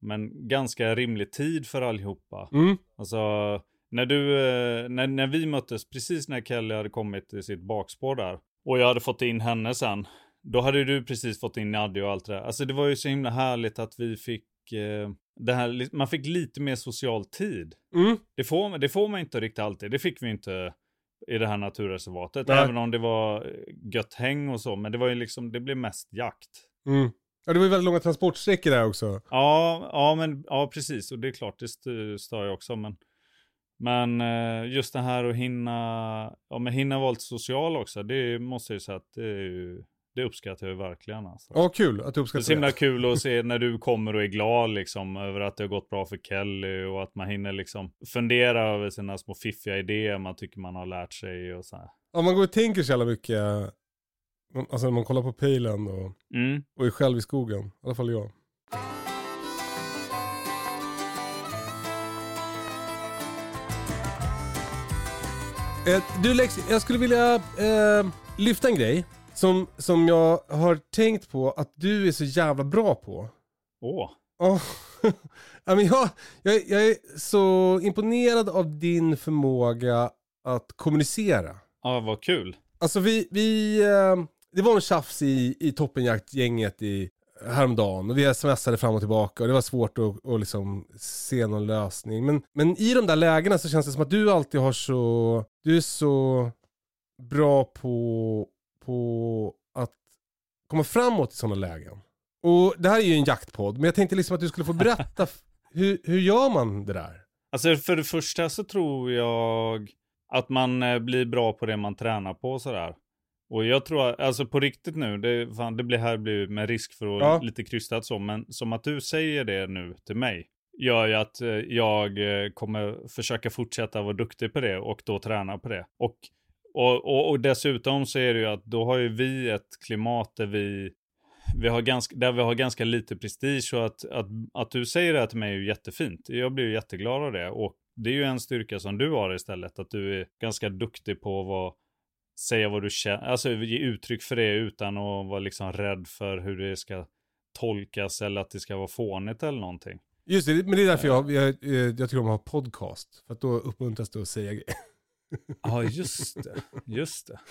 men ganska rimlig tid för allihopa. Mm. Alltså, när du, när, när vi möttes, precis när Kelly hade kommit till sitt bakspår där, och jag hade fått in henne sen, då hade du precis fått in Nadja och allt det där. Alltså det var ju så himla härligt att vi fick, eh, det här, man fick lite mer social tid. Mm. Det får, det får man inte riktigt alltid, det fick vi inte i det här naturreservatet. Nej. Även om det var gött häng och så, men det var ju liksom, det blev mest jakt. Mm. Ja, det var ju väldigt långa transportsträckor där också. Ja, ja, men, ja precis. Och det är klart, det st- stör jag också. Men, men just det här att hinna, ja, men hinna vara lite social också. Det måste jag ju säga att det, är ju, det uppskattar jag verkligen. Alltså. Ja, kul att du Det är uppskattar så himla det. kul att se när du kommer och är glad liksom, över att det har gått bra för Kelly. Och att man hinner liksom fundera över sina små fiffiga idéer man tycker man har lärt sig. Och så här. Ja, man går och tänker så jävla mycket. Alltså när man kollar på pejlen och, Mm. och är själv i skogen. I alla fall jag. Eh, du Lex, jag skulle vilja eh, lyfta en grej som, som jag har tänkt på att du är så jävla bra på. Åh. Oh. Ja, men jag, jag, jag är så imponerad av din förmåga att kommunicera. Ja, vad kul. Alltså vi, vi eh, det var en tjafs i, i toppenjaktgänget i häromdagen och vi smsade fram och tillbaka och det var svårt att, att liksom se någon lösning. Men, men i de där lägena så känns det som att du alltid har så, du är så bra på, på att komma framåt i sådana lägen. Och det här är ju en jaktpodd, men jag tänkte liksom att du skulle få berätta f- hur, hur gör man det där? Alltså för det första så tror jag att man eh, blir bra på det man tränar på och sådär. Och jag tror, alltså på riktigt nu, det, fan, det blir här blir med risk för att Ja. lite krystat så, men som att du säger det nu till mig gör ju att eh, jag eh, kommer försöka fortsätta vara duktig på det och då träna på det. Och, och, och, och dessutom så är det ju att då har ju vi ett klimat där vi Vi har ganska, där vi har ganska lite prestige, och att, att, att du säger det här till mig är ju jättefint. Jag blir ju jätteglad av det, och det är ju en styrka som du har istället, att du är ganska duktig på att vara, säga vad du känner, alltså ge uttryck för det utan att vara liksom rädd för hur det ska tolkas eller att det ska vara fånigt eller någonting. Just det, men det är därför jag, jag, jag tycker om att ha podcast, för att då uppmuntras du att säga grejer. Ja, just det. Just det.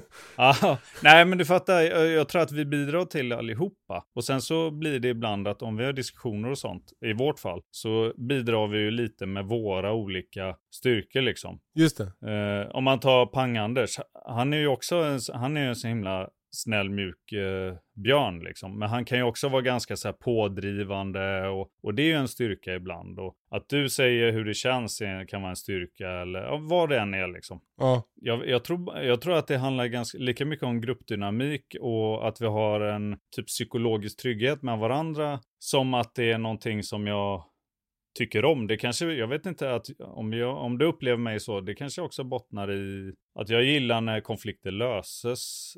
Ah, nej, men du fattar, jag, jag tror att vi bidrar till allihopa. Och sen så blir det ibland att om vi har diskussioner och sånt, i vårt fall, så bidrar vi ju lite med våra olika styrkor liksom. Just det. Eh, om man tar Pang-Anders, han är ju också en, han är ju en så himla snäll, mjuk eh, björn liksom. Men han kan ju också vara ganska så här pådrivande, och, och det är ju en styrka ibland. Och att du säger hur det känns kan vara en styrka, eller ja, vad det än är liksom. Ja. Jag, jag, tror, jag tror att det handlar ganska lika mycket om gruppdynamik och att vi har en typ psykologisk trygghet med varandra, som att det är någonting som jag tycker om. Det kanske, jag vet inte att om, jag, om du upplever mig så, det kanske också bottnar i att jag gillar när konflikter löses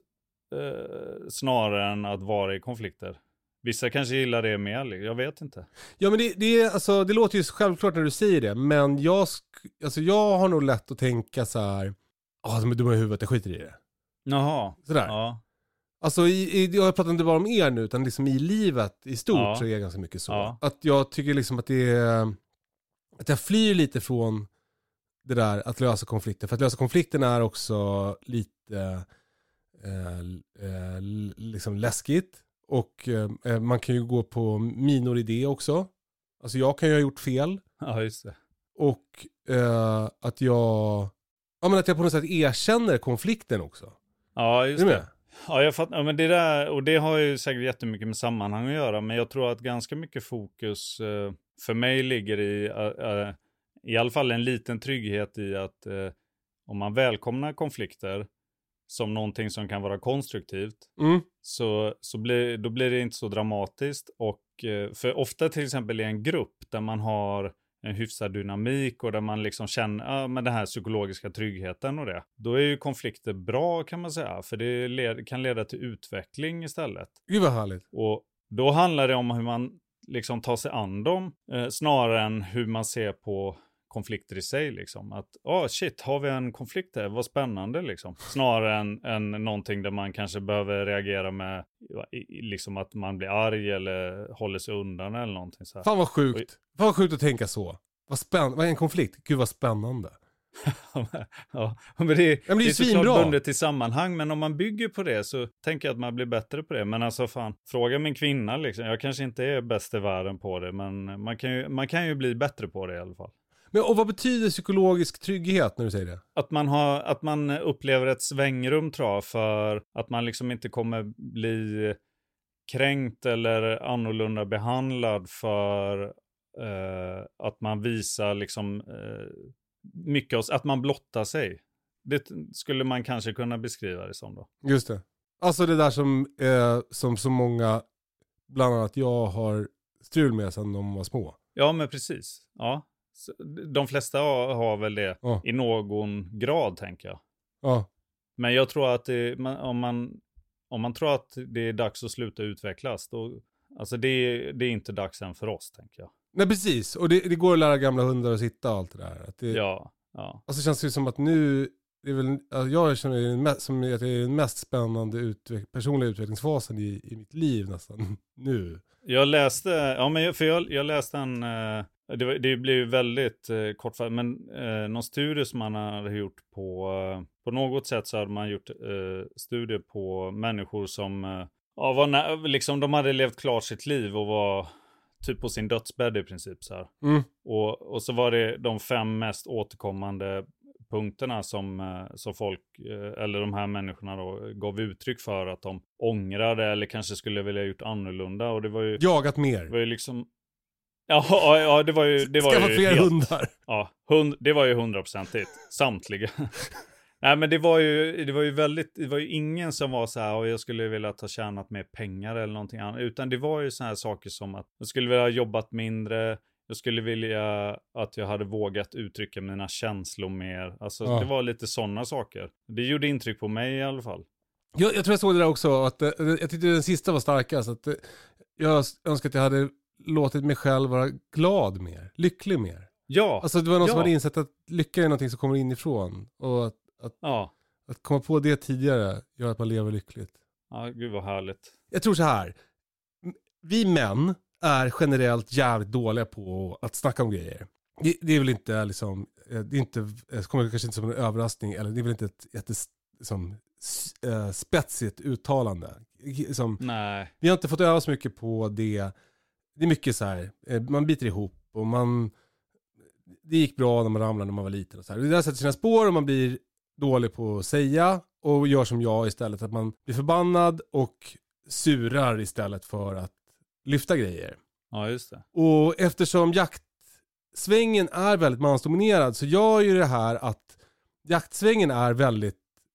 eh, snarare än att vara i konflikter. Vissa kanske gillar det mer, jag vet inte. Ja, men det, det, är, alltså, det låter ju självklart när du säger det, men jag, sk- alltså, jag har nog lätt att tänka så här, ja, de är dumma i huvudet, jag skiter i det. Jaha. Sådär. Ja. Alltså, i, i, jag pratar inte bara om er nu, utan liksom i livet i stort Ja. så är jag ganska mycket så. Ja. Att jag tycker liksom att det är, att jag flyr lite från det där att lösa konflikter. För att lösa konflikten är också lite eh, eh, liksom läskigt. Och eh, man kan ju gå på minor i det också. Alltså jag kan ju ha gjort fel. Ja, just det. Och eh, att jag ja, men att jag på något sätt erkänner konflikten också. Ja, just Är du det. med? Ja, jag fattar. Ja, men det där, och det har ju säkert jättemycket med sammanhang att göra, men jag tror att ganska mycket fokus eh, för mig ligger i eh, eh, i alla fall en liten trygghet i att eh, om man välkomnar konflikter som någonting som kan vara konstruktivt, Mm. så, så blir, då blir det inte så dramatiskt. Och eh, för ofta till exempel i en grupp där man har en hyfsad dynamik och där man liksom känner ja, med den här psykologiska tryggheten och det, då är ju konflikter bra kan man säga, för det led, kan leda till utveckling istället. Gud vad härligt. Och då handlar det om hur man liksom tar sig an dem eh, snarare än hur man ser på konflikter i sig liksom. Att, åh oh, shit, har vi en konflikt där? Vad spännande liksom. Snarare än, än någonting där man kanske behöver reagera med liksom att man blir arg eller håller sig undan eller någonting så här. Fan vad sjukt. Fan vad sjukt att tänka så. Vad spännande. Vad är en konflikt? Gud vad spännande. Ja, men det, ja, men det är, det är såklart bundet till sammanhang, men om man bygger på det så tänker jag att man blir bättre på det. Men alltså fan, fråga min kvinna liksom. Jag kanske inte är bäst i världen på det, men man kan ju, man kan ju bli bättre på det i alla fall. Men och vad betyder psykologisk trygghet när du säger det? Att man, har, att man upplever ett svängrum tror jag, för att man liksom inte kommer bli kränkt eller annorlunda behandlad för eh, att man visar liksom eh, mycket av, att man blottar sig. Det skulle man kanske kunna beskriva det som då. Just det. Alltså det där som, eh, som så många, bland annat jag, har strul med sedan de var små. Ja, men precis. Ja. De flesta har, har väl det ja. I någon grad, tänker jag. Ja. Men jag tror att det, man, om, man, om man tror att det är dags att sluta utvecklas, då, alltså det, det är inte dags än för oss, tänker jag. Nej, precis. Och det, det går att lära gamla hundar att sitta och allt det där. Att det, ja, ja. Alltså känns det som att nu, det är väl, alltså jag känner det mest, som att det är den mest spännande utveck, personliga utvecklingsfasen i, i mitt liv nästan nu. Jag läste, ja men för jag, jag läste en, det, var, det blev ju väldigt eh, kortfattat, men eh, någon studie som man hade gjort på, eh, på något sätt så hade man gjort eh, studier på människor som, eh, ja, var nä- liksom de hade levt klart sitt liv och var typ på sin dödsbädd i princip så här. Mm. Och, och så var det de fem mest återkommande punkterna som, som folk, eller de här människorna då, gav uttryck för att de ångrade eller kanske skulle vilja gjort annorlunda. Och det var ju... Jagat mer. Det var ju liksom... Ja, ja, ja det var ju... Det var Skaffa ju fler helt, hundar. Ja, hund, det var ju hundraprocentigt. Samtliga. Nej, men det var ju, det var ju väldigt... Det var ju ingen som var så här, och jag skulle vilja ha tjänat mer pengar eller någonting annat. Utan det var ju så här saker som att jag skulle vilja ha jobbat mindre. Jag skulle vilja att jag hade vågat uttrycka mina känslor mer. Alltså ja. Det var lite sådana saker. Det gjorde intryck på mig i alla fall. Jag, jag tror jag såg det där också. Att, jag tyckte den sista var starkast. Att, jag önskar att jag hade låtit mig själv vara glad mer. Lycklig mer. Ja. Alltså det var någon ja. som hade insett att lycka är någonting som kommer inifrån. Och att, att, ja. att komma på det tidigare gör att man lever lyckligt. Ja, gud vad härligt. Jag tror så här. Vi män är generellt jävligt dåliga på att snacka om grejer. Det, det är väl inte liksom, det är inte, det kommer kanske inte som en överraskning, eller det är väl inte ett, ett, ett liksom, spetsigt uttalande. Som, Nej. Vi har inte fått öva så mycket på det. Det är mycket så här, man biter ihop och man, det gick bra när man ramlade när man var liten och så här. Det där sätter sina spår och man blir dålig på att säga och gör som jag istället, att man blir förbannad och surar istället för att lyfta grejer. Ja, just det. Och eftersom jaktsvängen är väldigt mansdominerad så gör ju det här att jaktsvängen är väldigt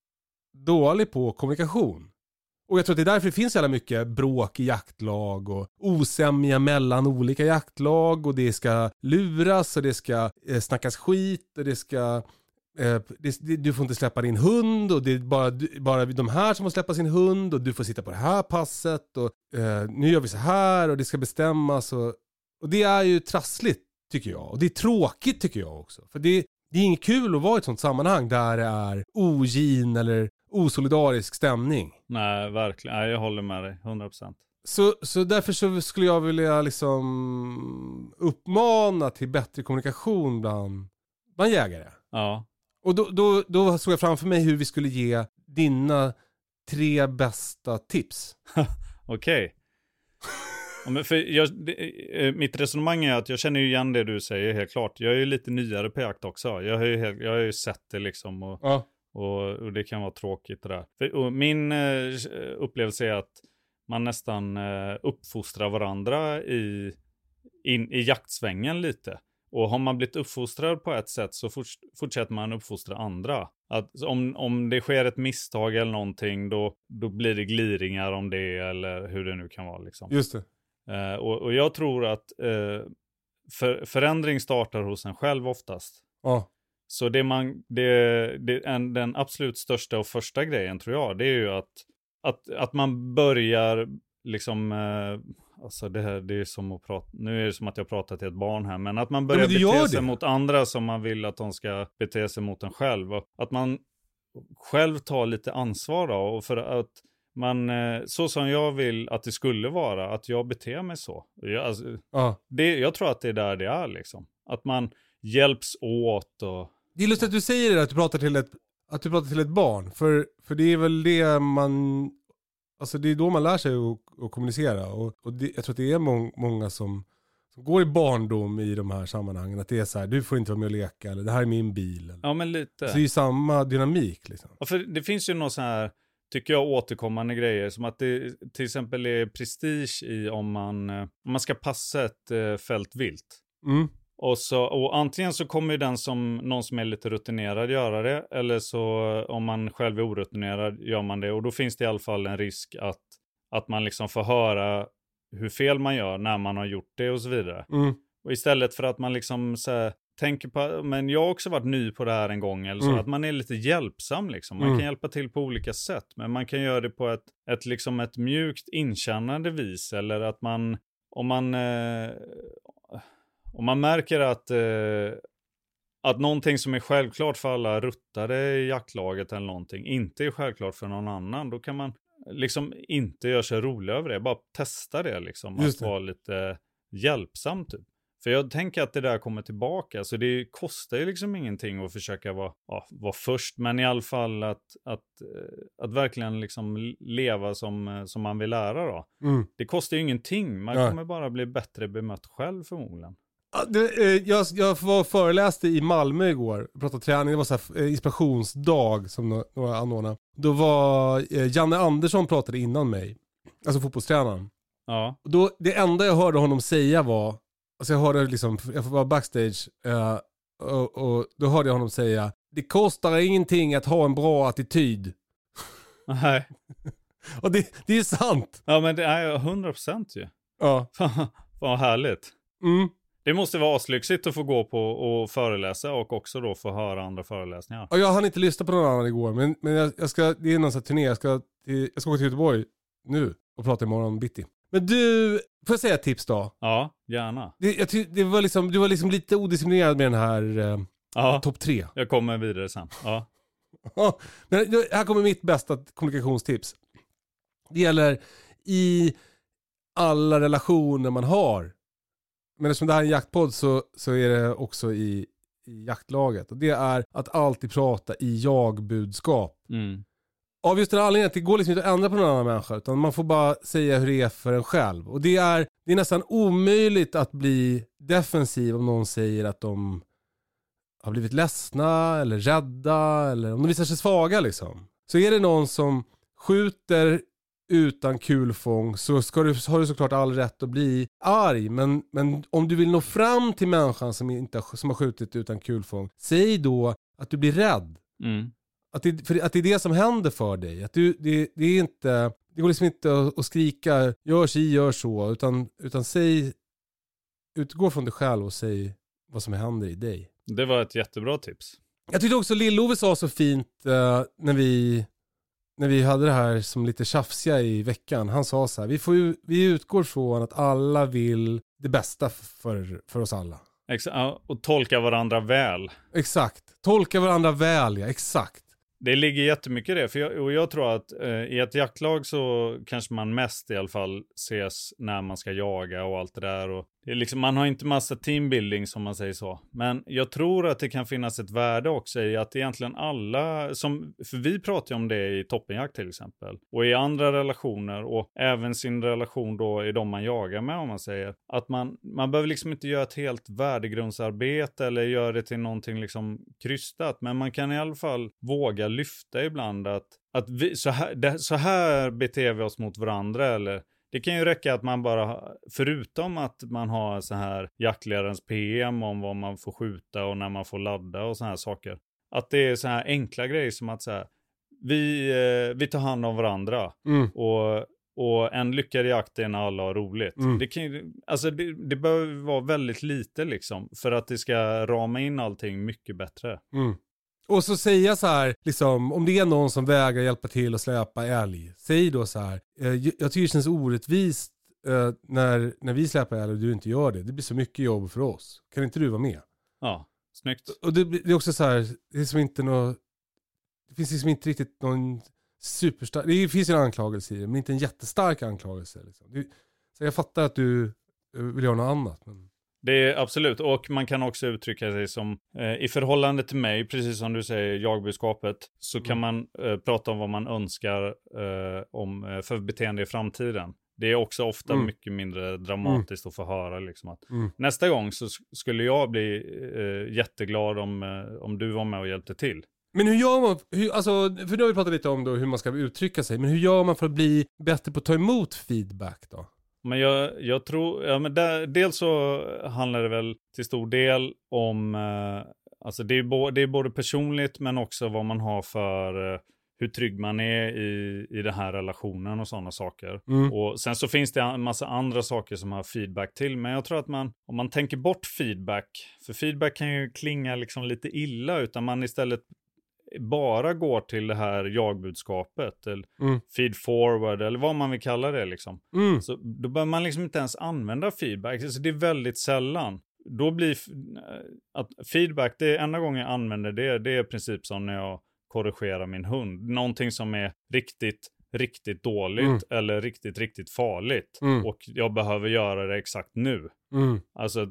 dålig på kommunikation. Och jag tror att det är därför det finns så jävla mycket bråk i jaktlag och osämja mellan olika jaktlag och det ska luras och det ska eh, snackas skit och det ska eh, det, det, du får inte släppa din hund och det är bara, bara de här som får släppa sin hund och du får sitta på det här passet och eh, nu gör vi så här och det ska bestämmas och, och det är ju trassligt tycker jag och det är tråkigt tycker jag också för det, det är inget kul att vara i ett sånt sammanhang där det är ogin eller osolidarisk stämning. Nej, verkligen. Nej, jag håller med dig. hundra procent. Så, så därför så skulle jag vilja liksom uppmana till bättre kommunikation bland, bland jägare. Ja. Och då, då, då såg jag framför mig hur vi skulle ge dina tre bästa tips. Okej. Okay. För jag, det, mitt resonemang är att jag känner ju igen det du säger helt klart. Jag är ju lite nyare på jakt också. Jag har ju, helt, jag har ju sett det liksom och... Ja. Och, och det kan vara tråkigt det där. För, och min eh, upplevelse är att man nästan eh, uppfostrar varandra i, in, i jaktsvängen lite. Och har man blivit uppfostrad på ett sätt så fort, fortsätter man uppfostra andra. Att om, om det sker ett misstag eller någonting då, då blir det gliringar om det eller hur det nu kan vara. Liksom. Just det. Eh, och, och jag tror att eh, för, förändring startar hos en själv oftast. Ja. Så det man, det, det, en, den absolut största och första grejen tror jag, det är ju att, att, att man börjar liksom, eh, alltså det här, det är som att prata, nu är det som att jag pratar till ett barn här, men att man börjar ja, bete sig det. mot andra som man vill att de ska bete sig mot en själv. Och att man själv tar lite ansvar då, och för att man, så som jag vill att det skulle vara, att jag beter mig så. Jag, alltså, Ja. det, jag tror att det är där det är liksom. Att man hjälps åt och... Det är lustigt att du säger det, att du pratar till ett, att du pratar till ett barn. För, för det är väl det man... Alltså det är då man lär sig att, att kommunicera. Och, och det, jag tror att det är må, många som, som går i barndom i de här sammanhangen. Att det är så här, du får inte vara med och leka. Eller det här är min bil. Eller. Ja, men lite. Så det är ju samma dynamik liksom. Ja, för det finns ju något så här, tycker jag, återkommande grejer. Som att det till exempel är prestige i om man, om man ska passa ett uh, fält vilt. Mm. Och, så, och antingen så kommer den som någon som är lite rutinerad göra det. Eller så om man själv är orutinerad gör man det. Och då finns det i alla fall en risk att, att man liksom får höra hur fel man gör när man har gjort det och så vidare. Mm. Och istället för att man liksom så här, tänker på, men jag har också varit ny på det här en gång. Eller så, Mm. att man är lite hjälpsam liksom. Man Mm. kan hjälpa till på olika sätt. Men man kan göra det på ett, ett, liksom ett mjukt inkännande vis. Eller att man, om man... Eh, Om man märker att, eh, att någonting som är självklart för alla ruttare i jaktlaget eller någonting inte är självklart för någon annan, då kan man liksom inte göra sig rolig över det. Bara testa det liksom, Just att det. vara lite hjälpsam typ. För jag tänker att det där kommer tillbaka, så det kostar ju liksom ingenting att försöka vara, ja, vara först, men i alla fall att, att, att verkligen liksom leva som, som man vill lära då. Mm. Det kostar ju ingenting, man Ja. kommer bara bli bättre bemött själv förmodligen. Ja, det, eh, jag, jag var och föreläste i Malmö igår. Jag pratade träning. Det var så här, eh, inspirationsdag som nå- några anordnade. Då var eh, Janne Andersson pratade innan mig. Alltså fotbollstränaren. Ja. Och då, det enda jag hörde honom säga var... Alltså jag hörde liksom... Jag var backstage. Eh, och, och då hörde jag honom säga... Det kostar ingenting att ha en bra attityd. Nej. Och det, det är sant. Ja, men det är hundra procent ju. Ja. Vad härligt. Mm. Det måste vara aslyxigt att få gå på och föreläsa och också då få höra andra föreläsningar. Och jag hann inte lyssna på någon annan igår. Men, men jag, jag ska... Det är någon sån här turné. Jag ska, till, jag ska åka till Göteborg nu. Och prata imorgon bitti. Men du... Får jag säga ett tips då? Ja, gärna. Det, jag ty, det var liksom, du var liksom lite odisciplinerad med den här eh, Ja, topp tre. jag kommer vidare sen. Ja. Men här kommer mitt bästa kommunikationstips. Det gäller i alla relationer man har. Men eftersom det här är en jaktpodd så, så är det också i, i jaktlaget. Och det är att alltid prata i jag-budskap. Mm. Av just den anledningen att det går liksom inte att ändra på någon annan människa. Utan man får bara säga hur det är för en själv. Och det är, det är nästan omöjligt att bli defensiv om någon säger att de har blivit ledsna eller rädda. Eller om de visar sig svaga liksom. Så är det någon som skjuter utan kulfång så ska du, har du såklart all rätt att bli arg. Men, men om du vill nå fram till människan som, inte, som har skjutit utan kulfång, säg då att du blir rädd. Mm. Att det, för att det är det som händer för dig. Att du, det, det är inte, det går liksom inte att, att skrika gör si, gör så. Utan, utan säg, utgå från dig själv och säg vad som händer i dig. Det var ett jättebra tips. Jag tyckte också Lill-Ove sa så fint uh, när vi när vi hade det här som lite tjafsiga i veckan. Han sa så här, vi, får ju, vi utgår från att alla vill det bästa för, för oss alla. Exa- och tolka varandra väl. Exakt. Tolka varandra väl, ja. Exakt. Det ligger jättemycket i det. För jag, och jag tror att eh, i ett jaktlag så kanske man mest i alla fall ses när man ska jaga och allt det där. Och det är liksom, man har inte massa teambuilding som man säger så. Men jag tror att det kan finnas ett värde också i att egentligen alla, som, för vi pratar ju om det i toppenjakt till exempel. Och i andra relationer och även sin relation då i de man jagar med om man säger. Att man, man behöver liksom inte göra ett helt värdegrundsarbete eller göra det till någonting liksom krystat. Men man kan i alla fall våga lyfta ibland att, att vi, så, här, det, så här beter vi oss mot varandra. Eller det kan ju räcka att man bara, förutom att man har så här jaktledarens P M om vad man får skjuta och när man får ladda och så här saker. Att det är så här enkla grejer som att så här, vi, eh, vi tar hand om varandra. Mm. Och, och en lyckad jakt är när alla har roligt. Mm. Det, kan, alltså det, det behöver vara väldigt lite liksom för att det ska rama in allting mycket bättre. Mm. Och så säga så här, liksom, om det är någon som vägrar hjälpa till att släpa älg, säg då så här, eh, jag tycker det känns orättvist eh, när, när vi släpper älg och du inte gör det. Det blir så mycket jobb för oss. Kan inte du vara med? Ja, snyggt. Och det, det är också så här, det är som inte något, det finns liksom inte riktigt någon superstark, det finns en anklagelse i det, men inte en jättestark anklagelse. Liksom. Det, så jag fattar att du vill göra något annat. Men... Det är absolut, och man kan också uttrycka sig som eh, i förhållande till mig, precis som du säger, jagbudskapet, så kan mm. man eh, prata om vad man önskar eh, om, eh, för beteende i framtiden. Det är också ofta mm. mycket mindre dramatiskt mm. att få höra liksom att mm. nästa gång så skulle jag bli eh, jätteglad om, eh, om du var med och hjälpte till. Men hur gör man, hur, alltså, för nu har vi pratat lite om då hur man ska uttrycka sig, men hur gör man för att bli bättre på att ta emot feedback då? Men jag, jag tror, ja men där, dels så handlar det väl till stor del om, eh, alltså det är, bo, det är både personligt men också vad man har för, eh, hur trygg man är i, i den här relationen och sådana saker. Mm. Och sen så finns det en massa andra saker som har feedback till, men jag tror att man, om man tänker bort feedback, för feedback kan ju klinga liksom lite illa, utan man istället bara går till det här jagbudskapet eller mm. feed forward eller vad man vill kalla det liksom. Mm. Så då bör man liksom inte ens använda feedback. Så det är väldigt sällan. Då blir att feedback, det är enda gången jag använder det, det är i princip som när jag korrigerar min hund. Någonting som är riktigt, riktigt dåligt mm. eller riktigt, riktigt farligt. Mm. Och jag behöver göra det exakt nu. Mm. Alltså...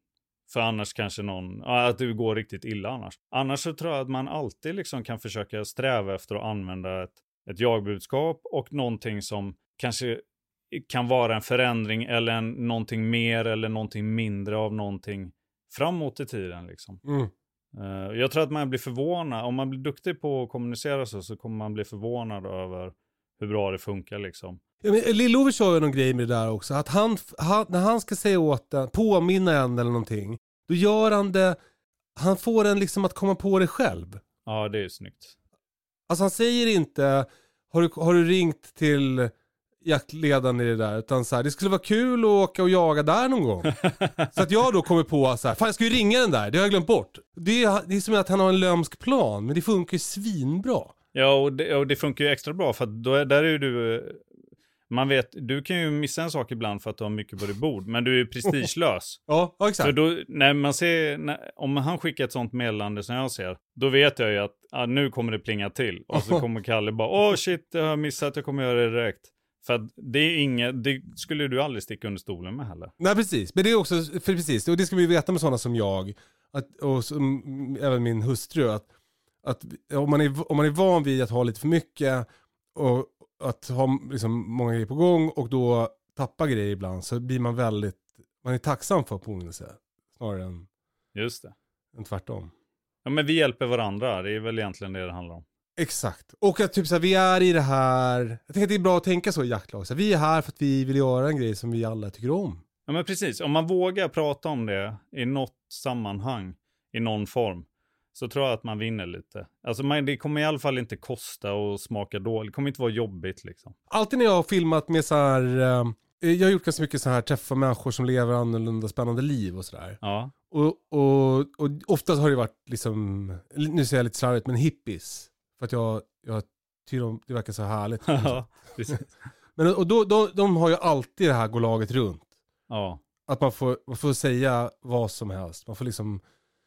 För annars kanske någon, att det går riktigt illa annars. Annars så tror jag att man alltid liksom kan försöka sträva efter att använda ett, ett jagbudskap och någonting som kanske kan vara en förändring eller en, någonting mer eller någonting mindre av någonting framåt i tiden liksom. Mm. Uh, jag tror att man blir förvånad, om man blir duktig på att kommunicera så, så kommer man bli förvånad över hur bra det funkar liksom. Ja, men Lill-Ove kör ju någon grej med det där också. Att han, han, när han ska säga åt den, påminna en eller någonting, då gör han det, han får en liksom att komma på det själv. Ja, det är ju snyggt. Alltså han säger inte, har du, har du ringt till jaktledaren i det där, utan så här, det skulle vara kul att åka och jaga där någon gång. Så att jag då kommer på så här, fan jag ska ju ringa den där, det har jag glömt bort. Det är, det är som att han har en lömsk plan, men det funkar ju svinbra. Ja, och det, och det funkar ju extra bra för att då är, där är ju du, man vet, du kan ju missa en sak ibland för att du har mycket på ditt bord, men du är prestigelös. Ja, ja, exakt. För då, när man ser, när, om han skickar ett sånt meddelande som jag ser, då vet jag ju att ah, nu kommer det plinga till. Och så kommer Kalle bara, åh oh, shit, jag har missat, jag kommer göra det direkt. För att det är inget, det skulle du aldrig sticka under stolen med heller. Nej, precis. Men det är också, för precis, och det ska vi veta med sådana som jag, att, och som, även min hustru, att Att om man, är, om man är van vid att ha lite för mycket och att ha liksom många grejer på gång och då tappa grejer ibland, så blir man väldigt, man är tacksam för påminnelse snarare än, Just det. än tvärtom. Ja, men vi hjälper varandra, det är väl egentligen det det handlar om. Exakt. Och att typ så här, vi är i det här, jag tänker att det är bra att tänka så i jaktlag, så här, vi är här för att vi vill göra en grej som vi alla tycker om. Ja, men precis, om man vågar prata om det i något sammanhang, i någon form, så tror jag att man vinner lite. Alltså man, det kommer i alla fall inte kosta och smaka dåligt. Det kommer inte vara jobbigt liksom. Alltid när jag har filmat med så här, eh, jag har gjort ganska mycket så här, träffa människor som lever annorlunda spännande liv och sådär. Ja. Och, och, och oftast har det varit liksom, nu säger jag lite slarvigt, men hippies. För att jag, jag tycker de, det verkar så härligt. Ja, precis. Men och då, då, de har ju alltid det här gå laget runt. Ja. Att man får, man får säga vad som helst. Man får liksom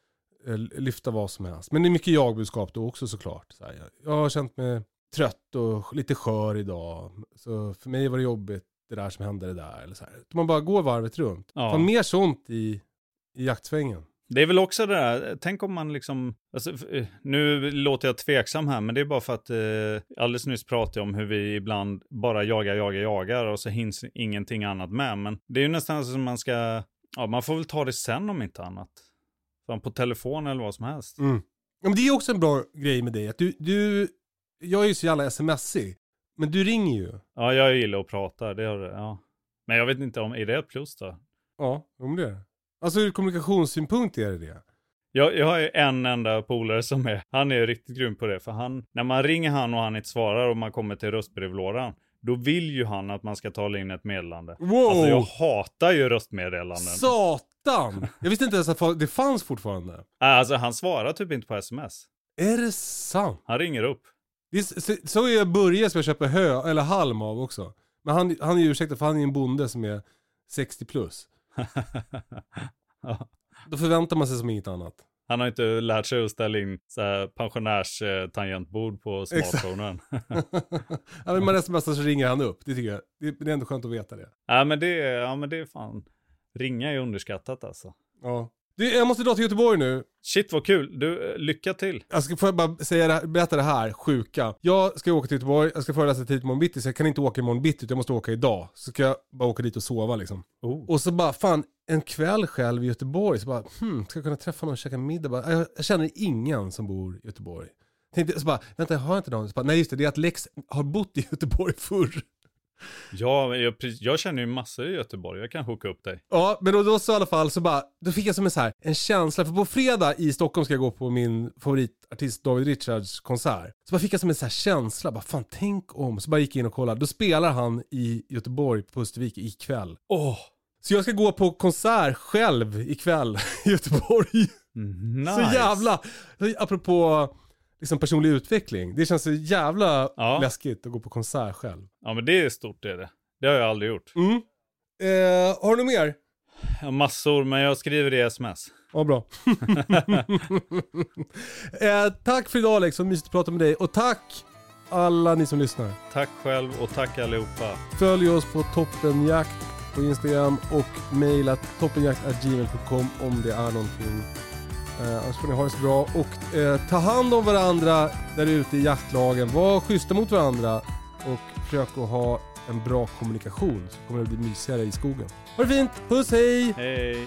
lyfta vad som helst. Men det är mycket jagbudskap då också såklart. Så här, jag har känt mig trött och lite skör idag. Så för mig var det jobbigt det där som hände det där. Eller så här. Man bara går varvet runt. Ja. Fan, mer sånt i, i jaktsvängen. Det är väl också det där, tänk om man liksom, alltså, nu låter jag tveksam här, men det är bara för att eh, alldeles nyss pratade jag om hur vi ibland bara jagar, jagar, jagar och så hinns ingenting annat med. Men det är ju nästan som man ska, ja, man får väl ta det sen om inte annat. På telefon eller vad som helst. Mm. Ja, men det är också en bra grej med dig. Att du, du, jag är ju så jävla smsig. Men du ringer ju. Ja, jag gillar att prata. Det har det, ja. Men jag vet inte om, är det ett plus då? Ja, om det är. Alltså ur kommunikationssynpunkt är det det. Jag, jag har ju en enda polare som är, han är riktigt grym på det. För han, när man ringer han och han inte svarar och man kommer till röstbrevlådan, då vill ju han att man ska tala in ett meddelande. Wow. Alltså jag hatar ju röstmeddelanden. Satan! Jag visste inte ens att det fanns fortfarande. Alltså han svarar typ inte på sms. Är det sant? Han ringer upp. Det är, så, så är jag börjar som jag köper hö eller halm av också. Men han, han är ju ursäktad för han är en bonde som är sextio plus. Ja. Då förväntar man sig som inget annat. Han har inte lärt sig att ställa in pensionärs-tangentbord på smartphonen. Ja, men man smsar så ringer han upp. Det tycker jag. Det är ändå skönt att veta det. Ja, men det är, ja, men det är fan. Ringa är underskattat alltså. Ja. Du, jag måste dra till Göteborg nu. Shit vad kul. Du, lycka till. Jag ska få bara säga det här, berätta det här, sjuka. Jag ska åka till Göteborg, jag ska föreläsa tid imorgon bitti, så jag kan inte åka imorgon bitti, utan jag måste åka idag. Så ska jag bara åka dit och sova liksom. Oh. Och så bara, fan, en kväll själv i Göteborg, så bara, hmm, ska jag kunna träffa någon och käka middag? Bara, jag, jag känner ingen som bor i Göteborg. Tänkte, så bara, vänta, jag har inte någon. Så bara, nej just det, det är att Lex har bott i Göteborg förr. Ja, jag, jag känner ju massor i Göteborg. Jag kan hooka upp dig. Ja, men då, då så i alla fall så bara, då fick jag som en så här, en känsla, för på fredag i Stockholm ska jag gå på min favoritartist David Richards konsert. Så bara fick jag som en så här känsla, bara fan tänk om, så bara gick jag in och kollade. Då spelar han i Göteborg på Östervik ikväll. Åh! Oh. Så jag ska gå på konsert själv ikväll i Göteborg. Nice. Så jävla, apropå liksom personlig utveckling. Det känns så jävla ja. läskigt att gå på konsert själv. Ja, men det är stort, det är det. Det har jag aldrig gjort. Mm. Eh, har du något mer? Ja, massor, men jag skriver det i sms. Ja, bra. eh, tack för idag Alex, så mysigt att prata med dig. Och tack alla ni som lyssnar. Tack själv och tack allihopa. Följ oss på Toppenjakt på Instagram och mejla toppenjakt at gmail dot com om det är någonting. Eh, annars får ni ha det så bra. Och eh, ta hand om varandra där ute i jaktlagen. Var schyssta mot varandra och försök att ha en bra kommunikation, så kommer det bli mysigare i skogen. Ha det fint, puss, hej! Hej!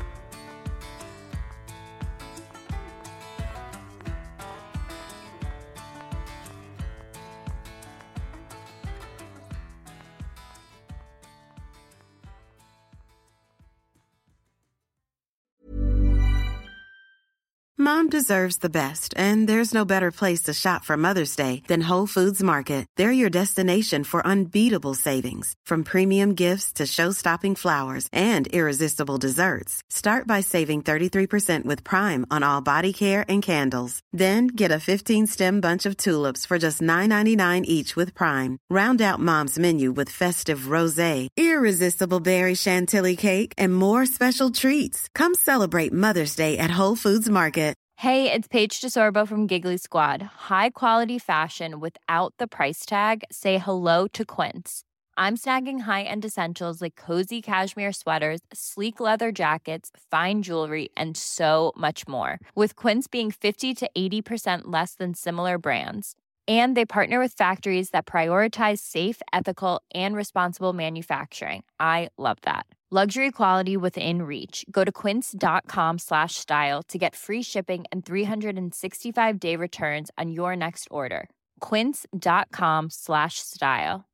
Mom deserves the best, and there's no better place to shop for Mother's Day than Whole Foods Market. They're your destination for unbeatable savings, from premium gifts to show-stopping flowers and irresistible desserts. Start by saving thirty-three percent with Prime on all body care and candles. Then get a fifteen-stem bunch of tulips for just nine ninety-nine each with Prime. Round out Mom's menu with festive rosé, irresistible berry chantilly cake, and more special treats. Come celebrate Mother's Day at Whole Foods Market. Hey, it's Paige DeSorbo from Giggly Squad. High quality fashion without the price tag. Say hello to Quince. I'm snagging high-end essentials like cozy cashmere sweaters, sleek leather jackets, fine jewelry, and so much more. With Quince being fifty to eighty percent less than similar brands. And they partner with factories that prioritize safe, ethical, and responsible manufacturing. I love that. Luxury quality within reach. Go to quince.com slash style to get free shipping and three sixty-five day returns on your next order. Quince.com slash style.